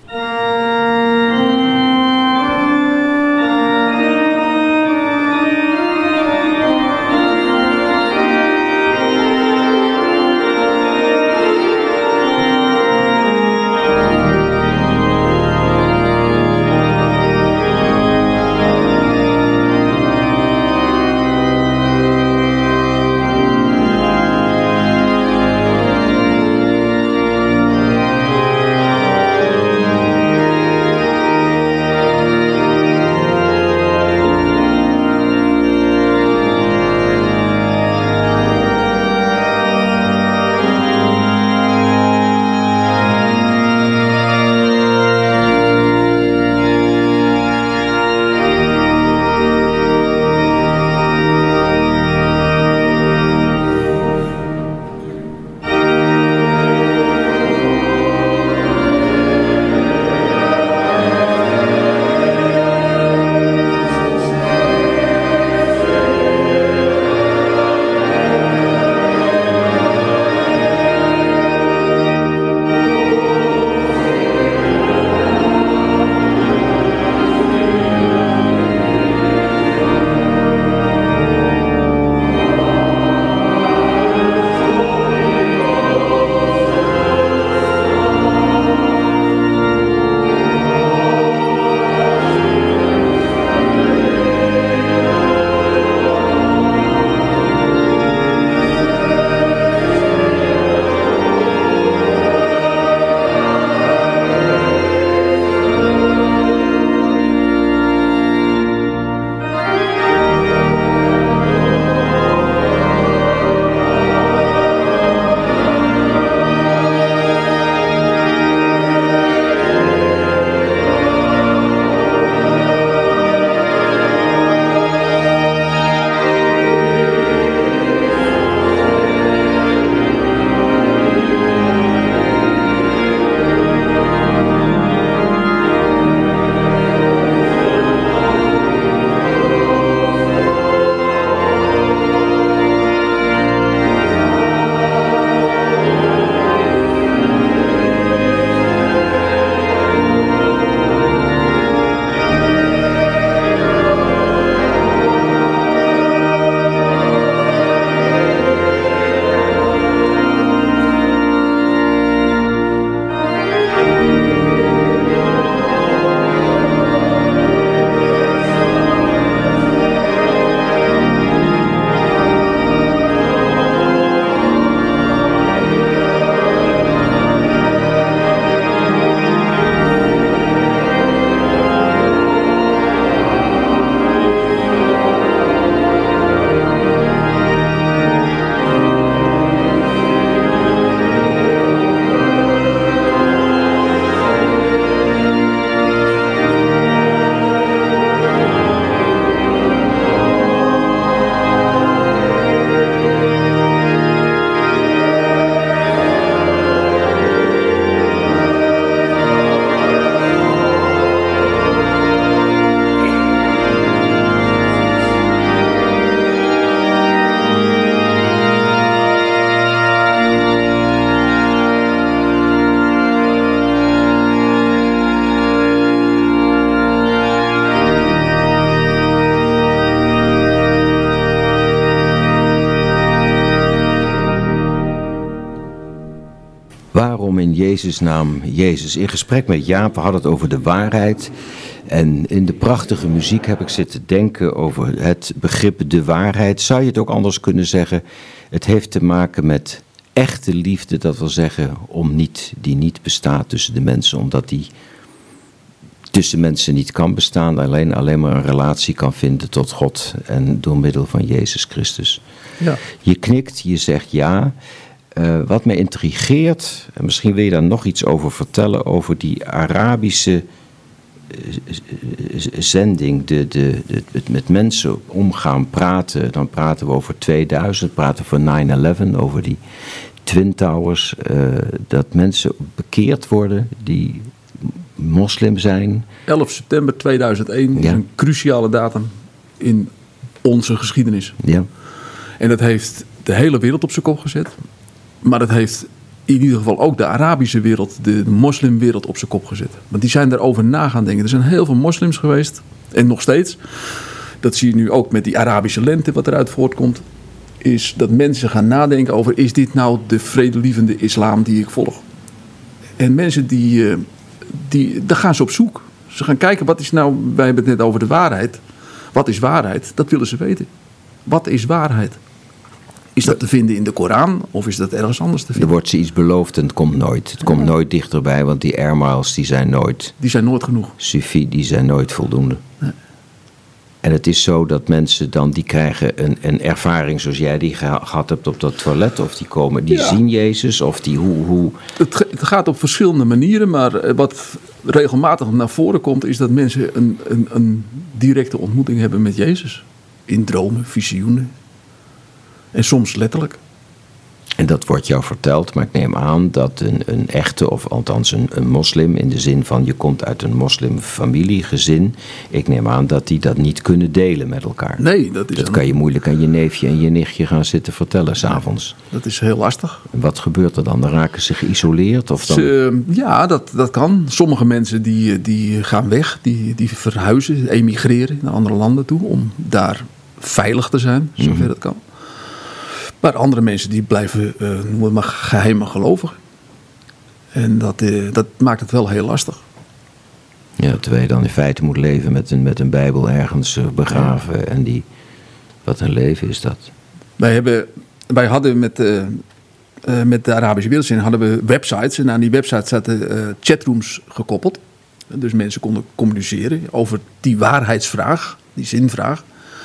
Waarom in Jezus' naam Jezus? In gesprek met Jaap, we hadden het over de waarheid. En in de prachtige muziek heb ik zitten denken over het begrip de waarheid. Zou je het ook anders kunnen zeggen? Het heeft te maken met echte liefde, dat wil zeggen om niet, die niet bestaat tussen de mensen, omdat die tussen mensen niet kan bestaan, alleen, alleen maar een relatie kan vinden tot God en door middel van Jezus Christus. Ja. Je knikt, je zegt ja. Uh, wat me intrigeert, en misschien wil je daar nog iets over vertellen, over die Arabische zending, de, de, de, het met mensen omgaan, praten. Dan praten we over tweeduizend, praten we over nine eleven, over die Twin Towers. Uh, dat mensen bekeerd worden die moslim zijn. elf september tweeduizend één is Ja. een cruciale datum in onze geschiedenis. Ja. En dat heeft de hele wereld op zijn kop gezet. Maar dat heeft in ieder geval ook de Arabische wereld, de, de moslimwereld op zijn kop gezet. Want die zijn daarover na gaan denken. Er zijn heel veel moslims geweest. En nog steeds. Dat zie je nu ook met die Arabische lente wat eruit voortkomt. Is dat mensen gaan nadenken over, is dit nou de vredelievende islam die ik volg? En mensen die, die, daar gaan ze op zoek. Ze gaan kijken, wat is nou, wij hebben het net over de waarheid. Wat is waarheid? Dat willen ze weten. Wat is waarheid? Is dat te vinden in de Koran of is dat ergens anders te Er vinden? wordt ze iets beloofd en het komt nooit. Het komt nooit dichterbij, want die air miles die zijn nooit Die zijn nooit genoeg. suffi, die zijn nooit voldoende. Nee. En het is zo dat mensen dan, die krijgen een, een ervaring zoals jij die geha- gehad hebt op dat toilet. Of die komen, die Ja. zien Jezus, of die hoe... hoe Het, ge- het gaat op verschillende manieren, maar eh, wat regelmatig naar voren komt, is dat mensen een, een, een directe ontmoeting hebben met Jezus. In dromen, visioenen. En soms letterlijk. En dat wordt jou verteld, maar ik neem aan dat een, een echte, of althans een, een moslim, in de zin van je komt uit een moslimfamilie, gezin. Ik neem aan dat die dat niet kunnen delen met elkaar. Nee, dat is, Dat een- kan je moeilijk aan je neefje en je nichtje gaan zitten vertellen s'avonds. dat is heel lastig. En wat gebeurt er dan? Dan raken ze geïsoleerd? Of dan... Ze, ja, dat, dat kan. Sommige mensen die, die gaan weg, die, die verhuizen, emigreren naar andere landen toe om daar veilig te zijn, zover Mhm. dat kan. Maar andere mensen die blijven, uh, noem het maar, geheime gelovigen. En dat, uh, dat maakt het wel heel lastig. Ja, terwijl je dan in feite moet leven met een, met een Bijbel ergens eh, begraven. En die, wat een leven is dat. Wij, hebben, wij hadden met, uh, uh, met de Arabische Wereldzin hadden we websites. En aan die websites zaten uh, chatrooms gekoppeld. Dus mensen konden communiceren over die waarheidsvraag, die zinvraag.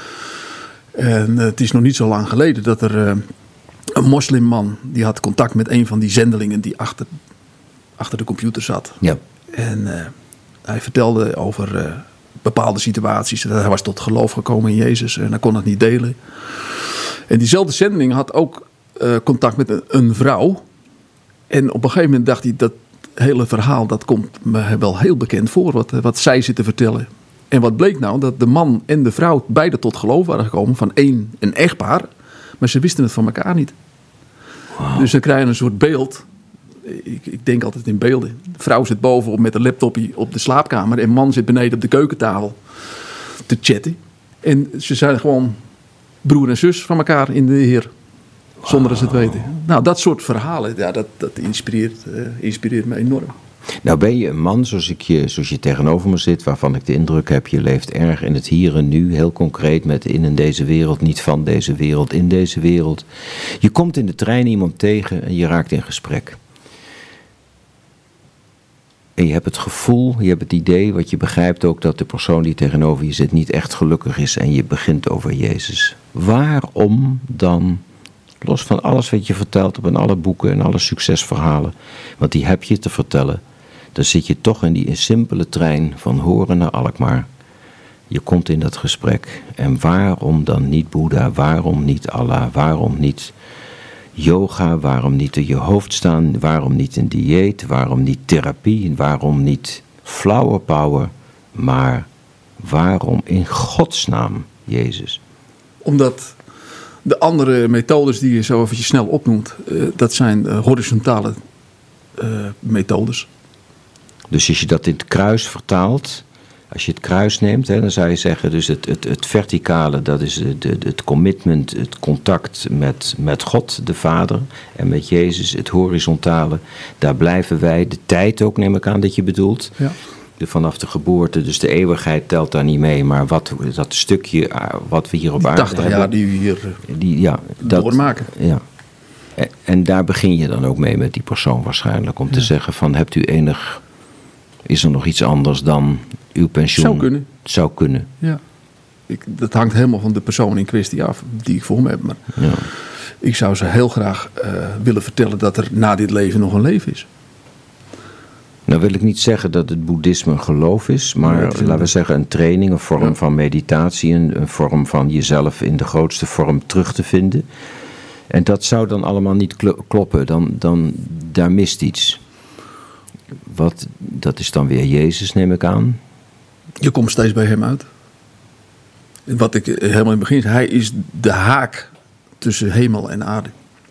En uh, het is nog niet zo lang geleden dat er uh, een moslimman, die had contact met een van die zendelingen die achter, achter de computer zat. Ja. En uh, hij vertelde over uh, bepaalde situaties. Hij was tot geloof gekomen in Jezus en hij kon het niet delen. En diezelfde zendeling had ook uh, contact met een, een vrouw. En op een gegeven moment dacht hij, dat hele verhaal, dat komt me wel heel bekend voor, wat, wat zij zit te vertellen. En wat bleek nou? Dat de man en de vrouw beide tot geloof waren gekomen van één, een echtpaar. Maar ze wisten het van elkaar niet. Wow. Dus dan krijg je een soort beeld. Ik, ik denk altijd in beelden. De vrouw zit bovenop met een laptopje op de slaapkamer. En man zit beneden op de keukentafel te chatten. En ze zijn gewoon broer en zus van elkaar in de Heer. Zonder dat ze het weten. Nou, dat soort verhalen, ja, dat, dat inspireert, uh, inspireert me enorm. Nou ben je een man zoals, ik je, zoals je tegenover me zit, waarvan ik de indruk heb, je leeft erg in het hier en nu, heel concreet met in en deze wereld, niet van deze wereld, in deze wereld. Je komt in de trein iemand tegen en je raakt in gesprek. En je hebt het gevoel, je hebt het idee, wat je begrijpt ook, dat de persoon die tegenover je zit niet echt gelukkig is en je begint over Jezus. Waarom dan, los van alles wat je vertelt op in alle boeken en alle succesverhalen, want die heb je te vertellen, dan zit je toch in die simpele trein van Horen naar Alkmaar. Je komt in dat gesprek. En waarom dan niet Boeddha? Waarom niet Allah? Waarom niet yoga? Waarom niet in je hoofd staan? Waarom niet een dieet? Waarom niet therapie? Waarom niet flower power? Maar waarom in godsnaam Jezus? Omdat de andere methodes die je zo eventjes snel opnoemt, uh, dat zijn uh, horizontale uh, methodes. Dus als je dat in het kruis vertaalt, als je het kruis neemt, hè, dan zou je zeggen, dus het, het, het verticale, dat is de, de, het commitment, het contact met, met God, de Vader, en met Jezus, het horizontale, daar blijven wij, de tijd ook, neem ik aan dat je bedoelt, Ja. de, vanaf de geboorte, dus de eeuwigheid telt daar niet mee, maar wat, dat stukje wat we hier op Die aarde tachtig hebben, jaar die we hier die, ja, dat, doormaken. Ja. En, en daar begin je dan ook mee met die persoon waarschijnlijk. Om ja. te zeggen van, hebt u enig... Is er nog iets anders dan uw pensioen? Zou kunnen. Zou kunnen. Ja. Ik, dat hangt helemaal van de persoon in kwestie af die ik voor me heb. Maar ja. ik zou ze heel graag uh, willen vertellen dat er na dit leven nog een leven is. Nou wil ik niet zeggen dat het boeddhisme een geloof is, maar ja, laten we zeggen een training, een vorm ja. van meditatie, een, een vorm van jezelf in de grootste vorm terug te vinden. En dat zou dan allemaal niet kloppen, dan, dan daar mist iets. Wat, dat is dan weer Jezus, neem ik aan. Je komt steeds bij hem uit. Wat ik helemaal in het begin zei, hij is de haak tussen hemel en aarde.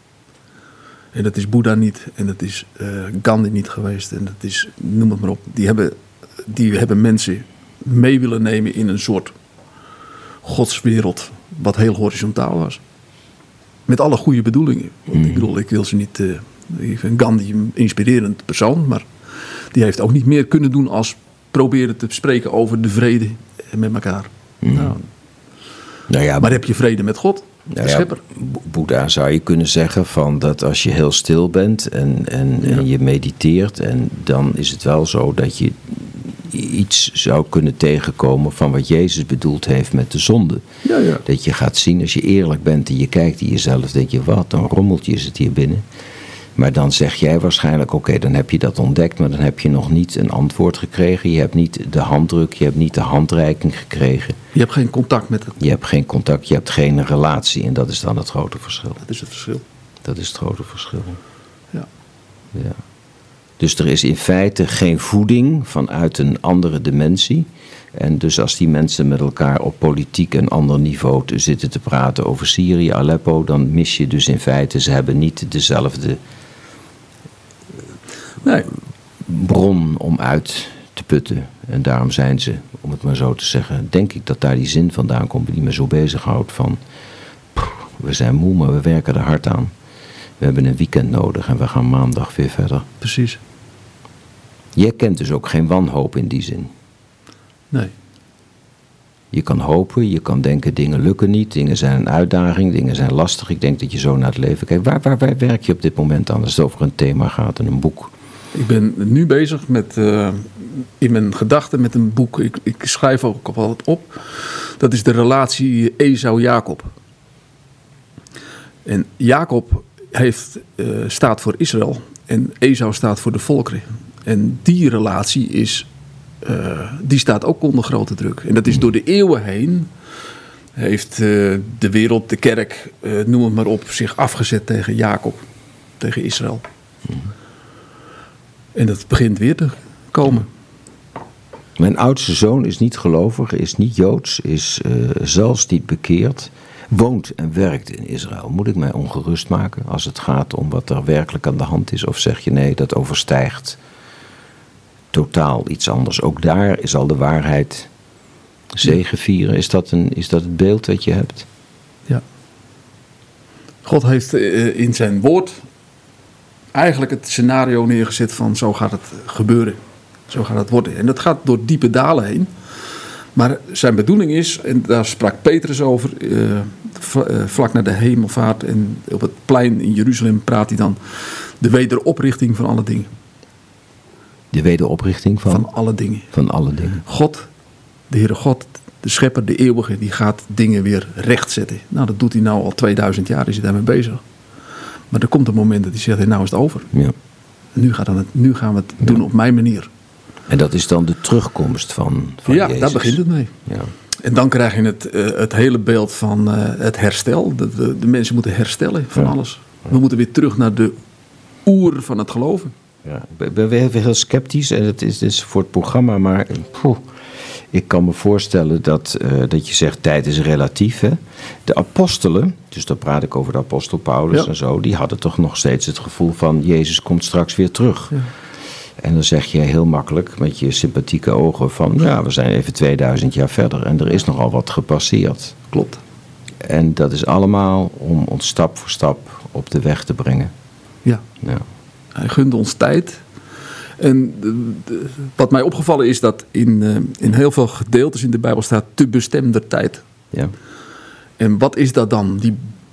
En dat is Boeddha niet. En dat is uh, Gandhi niet geweest. En dat is, noem het maar op. Die hebben, die hebben mensen mee willen nemen in een soort godswereld. Wat heel horizontaal was. Met alle goede bedoelingen. Want mm. ik bedoel, ik wil ze niet... Uh, ik vind Gandhi een inspirerend persoon. Maar die heeft ook niet meer kunnen doen als proberen te spreken over de vrede met elkaar. Mm. Nou, nou ja, maar heb je vrede met God? Nou ja, Boeddha zou je kunnen zeggen van dat als je heel stil bent en, en, ja. en je mediteert, en dan is het wel zo dat je iets zou kunnen tegenkomen van wat Jezus bedoeld heeft met de zonde. Ja, ja. Dat je gaat zien, als je eerlijk bent en je kijkt in jezelf, denk je, wat, dan rommeltje is het hier binnen. Maar dan zeg jij waarschijnlijk, oké, okay, dan heb je dat ontdekt, maar dan heb je nog niet een antwoord gekregen. Je hebt niet de handdruk, je hebt niet de handreiking gekregen. Je hebt geen contact met het. Je hebt geen contact, je hebt geen relatie. En dat is dan het grote verschil. Dat is het verschil. Dat is het grote verschil. Ja. Ja. Dus er is in feite geen voeding vanuit een andere dimensie. En dus als die mensen met elkaar op politiek en ander niveau zitten te praten over Syrië, Aleppo, dan mis je dus in feite, ze hebben niet dezelfde nee. bron om uit te putten. En daarom zijn ze, om het maar zo te zeggen, denk ik dat daar die zin vandaan komt die me zo bezighoudt van, pff, we zijn moe, maar we werken er hard aan. We hebben een weekend nodig en we gaan maandag weer verder. Precies. Jij kent dus ook geen wanhoop in die zin. Nee. Je kan hopen, je kan denken dingen lukken niet, dingen zijn een uitdaging, dingen zijn lastig. Ik denk dat je zo naar het leven kijkt. Waar, waar, waar werk je op dit moment aan als het over een thema gaat en een boek? Ik ben nu bezig met, uh, in mijn gedachten met een boek. Ik, ik schrijf ook altijd op. Dat is de relatie Esau-Jacob. En Jacob heeft, uh, staat voor Israël en Esau staat voor de volkeren. En die relatie is... Uh, die staat ook onder grote druk. En dat is door de eeuwen heen... heeft uh, de wereld, de kerk, uh, noem het maar op... zich afgezet tegen Jacob. Tegen Israël. Mm. En dat begint weer te komen. Mijn oudste zoon is niet gelovig, is niet Joods... is uh, zelfs niet bekeerd... woont en werkt in Israël. Moet ik mij ongerust maken als het gaat om wat er werkelijk aan de hand is? Of zeg je nee, dat overstijgt... totaal iets anders. Ook daar is al de waarheid zegevieren. Is dat, een, is dat het beeld dat je hebt? Ja. God heeft uh, in zijn woord eigenlijk het scenario neergezet van zo gaat het gebeuren. Zo gaat het worden. En dat gaat door diepe dalen heen. Maar zijn bedoeling is, en daar sprak Petrus over, uh, v- uh, vlak na de hemelvaart en op het plein in Jeruzalem praat hij dan de wederoprichting van alle dingen. De wederoprichting van? Van alle dingen. Van alle dingen. God, de Heere God, de schepper, de eeuwige, die gaat dingen weer rechtzetten. Nou, dat doet hij nou al tweeduizend jaar, is hij daarmee bezig. Maar er komt een moment dat hij zegt, hey, nou is het over. Ja. Nu, gaat het, nu gaan we het ja. doen op mijn manier. En dat is dan de terugkomst van, van ja, Jezus. daar begint het mee. Ja. En dan krijg je het, uh, het hele beeld van uh, het herstel. De, de, de mensen moeten herstellen van ja. alles. We moeten weer terug naar de oer van het geloven. Ja, ik ben weer heel sceptisch en het is dus voor het programma, maar poeh, ik kan me voorstellen dat, uh, dat je zegt tijd is relatief. Hè? De apostelen, dus dan praat ik over de apostel Paulus ja. en zo, die hadden toch nog steeds het gevoel van Jezus komt straks weer terug. Ja. En dan zeg je heel makkelijk met je sympathieke ogen van ja, we zijn even tweeduizend jaar verder en er is nogal wat gepasseerd. Klopt. En dat is allemaal om ons stap voor stap op de weg te brengen. Ja. Ja. Hij gunde ons tijd. En de, de, wat mij opgevallen is dat in, uh, in heel veel gedeeltes in de Bijbel staat te bestemder tijd. Ja. En wat is dat dan, die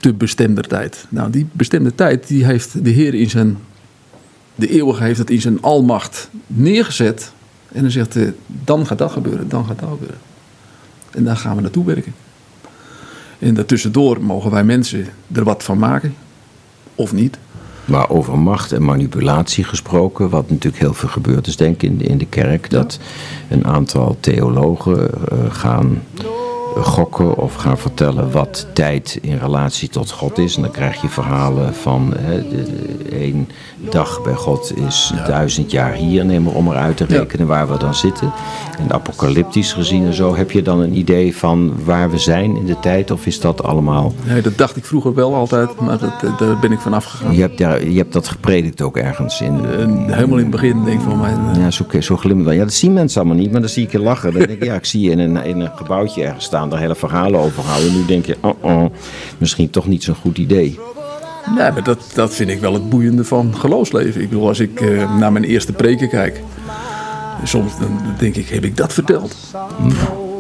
te bestemder tijd. Nou, die bestemde tijd die heeft de Heer in zijn... De eeuwige heeft het in zijn almacht neergezet. En dan zegt hij, dan gaat dat gebeuren, dan gaat dat gebeuren. En daar gaan we naartoe werken. En daartussendoor mogen wij mensen er wat van maken. Of niet. Maar over macht en manipulatie gesproken, wat natuurlijk heel veel gebeurd is, denk ik, in de, in de kerk, ja. Dat een aantal theologen uh, gaan gokken of gaan vertellen wat tijd in relatie tot God is. En dan krijg je verhalen van hè, de, de, één dag bij God is ja. duizend jaar hier, neem maar om eruit te rekenen ja. waar we dan zitten. En apocalyptisch gezien en zo, heb je dan een idee van waar we zijn in de tijd, of is dat allemaal... Nee, dat dacht ik vroeger wel altijd, maar dat, daar ben ik van afgegaan. Je hebt, daar, je hebt dat gepredikt ook ergens in. Uh, helemaal in het begin, denk ik van mij. Uh... Ja, zo, zo glimmend dan. Ja, dat zien mensen allemaal niet, maar dan zie ik je lachen. Dan denk ik, ja, ik zie je in een, in een gebouwtje ergens staan, daar hele verhalen over houden. Nu denk je, oh, oh, misschien toch niet zo'n goed idee. Nee, maar dat, dat vind ik wel het boeiende van geloofsleven. Ik bedoel, als ik uh, naar mijn eerste preken kijk, soms dan denk ik, heb ik dat verteld? Ja.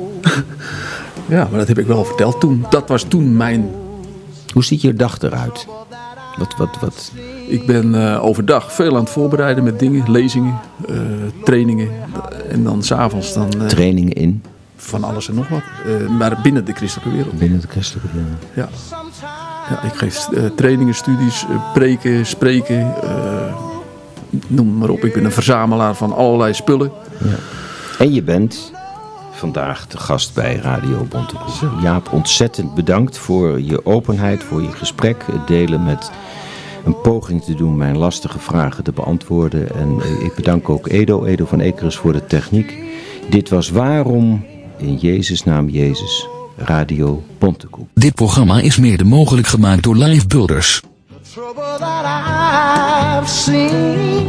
Ja, maar dat heb ik wel verteld toen. Dat was toen mijn... Hoe ziet je dag eruit? Wat, wat, wat? Ik ben uh, overdag veel aan het voorbereiden met dingen, lezingen, uh, trainingen. En dan s'avonds dan... Uh, trainingen in? Van alles en nog wat. Uh, maar binnen de christelijke wereld. Binnen de christelijke wereld. Ja. Ja, ik geef uh, trainingen, studies, uh, preken, spreken. Uh, noem maar op. Ik ben een verzamelaar van allerlei spullen. Ja. En je bent vandaag te gast bij Radio Bontekoe. Jaap, ontzettend bedankt voor je openheid, voor je gesprek. Het delen met een poging te doen mijn lastige vragen te beantwoorden. En uh, ik bedank ook Edo, Edo van Ekeris voor de techniek. Dit was Waarom in Jezus naam Jezus. Radio Bontekoe. Dit programma is mede mogelijk gemaakt door Live Builders. Trouble that I've seen,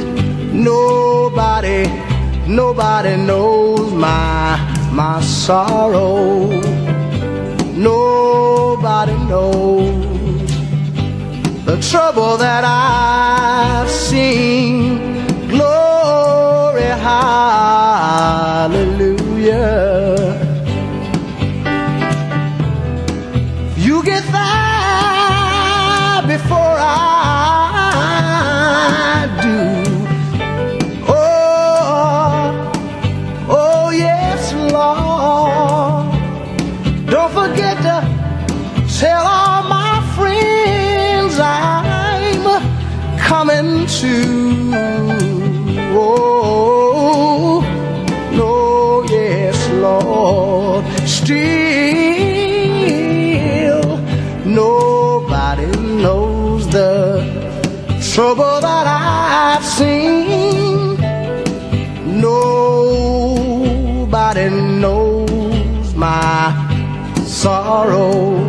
nobody, nobody knows my, my sorrow. Nobody knows the trouble that I've seen. Glory, hallelujah. You get there before I do. Oh, oh yes, Lord. Don't forget to tell all my friends I'm coming to. Oh, no, yes, Lord. Still, nobody knows the trouble that I've seen. Nobody knows my sorrow.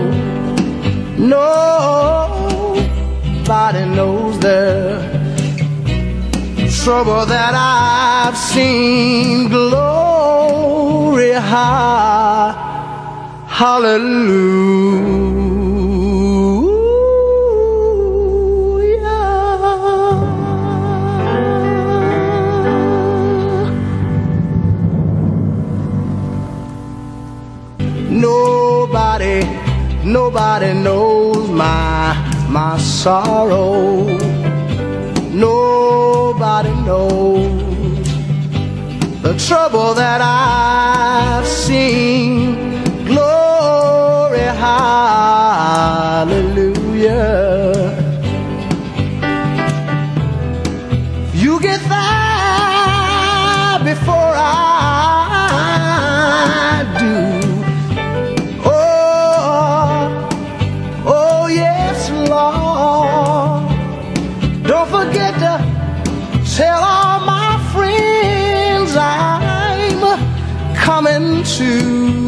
Nobody knows the trouble that I've seen. Glory, high, hallelujah. Nobody, nobody knows my, my sorrow. Nobody knows the trouble that I've seen. Glory, hallelujah. You get there before I do. Oh, oh yes, Lord. Don't forget to tell all my friends I'm coming to.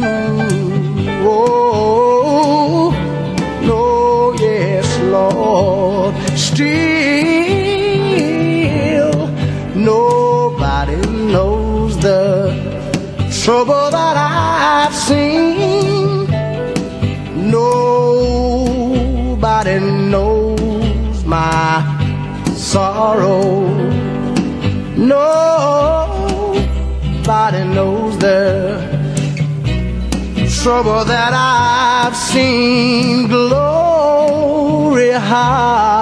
Oh, no, yes, Lord. Still, nobody knows the trouble that I've seen. Nobody knows my sorrow. Nobody knows the trouble that I've seen. Glory. heart.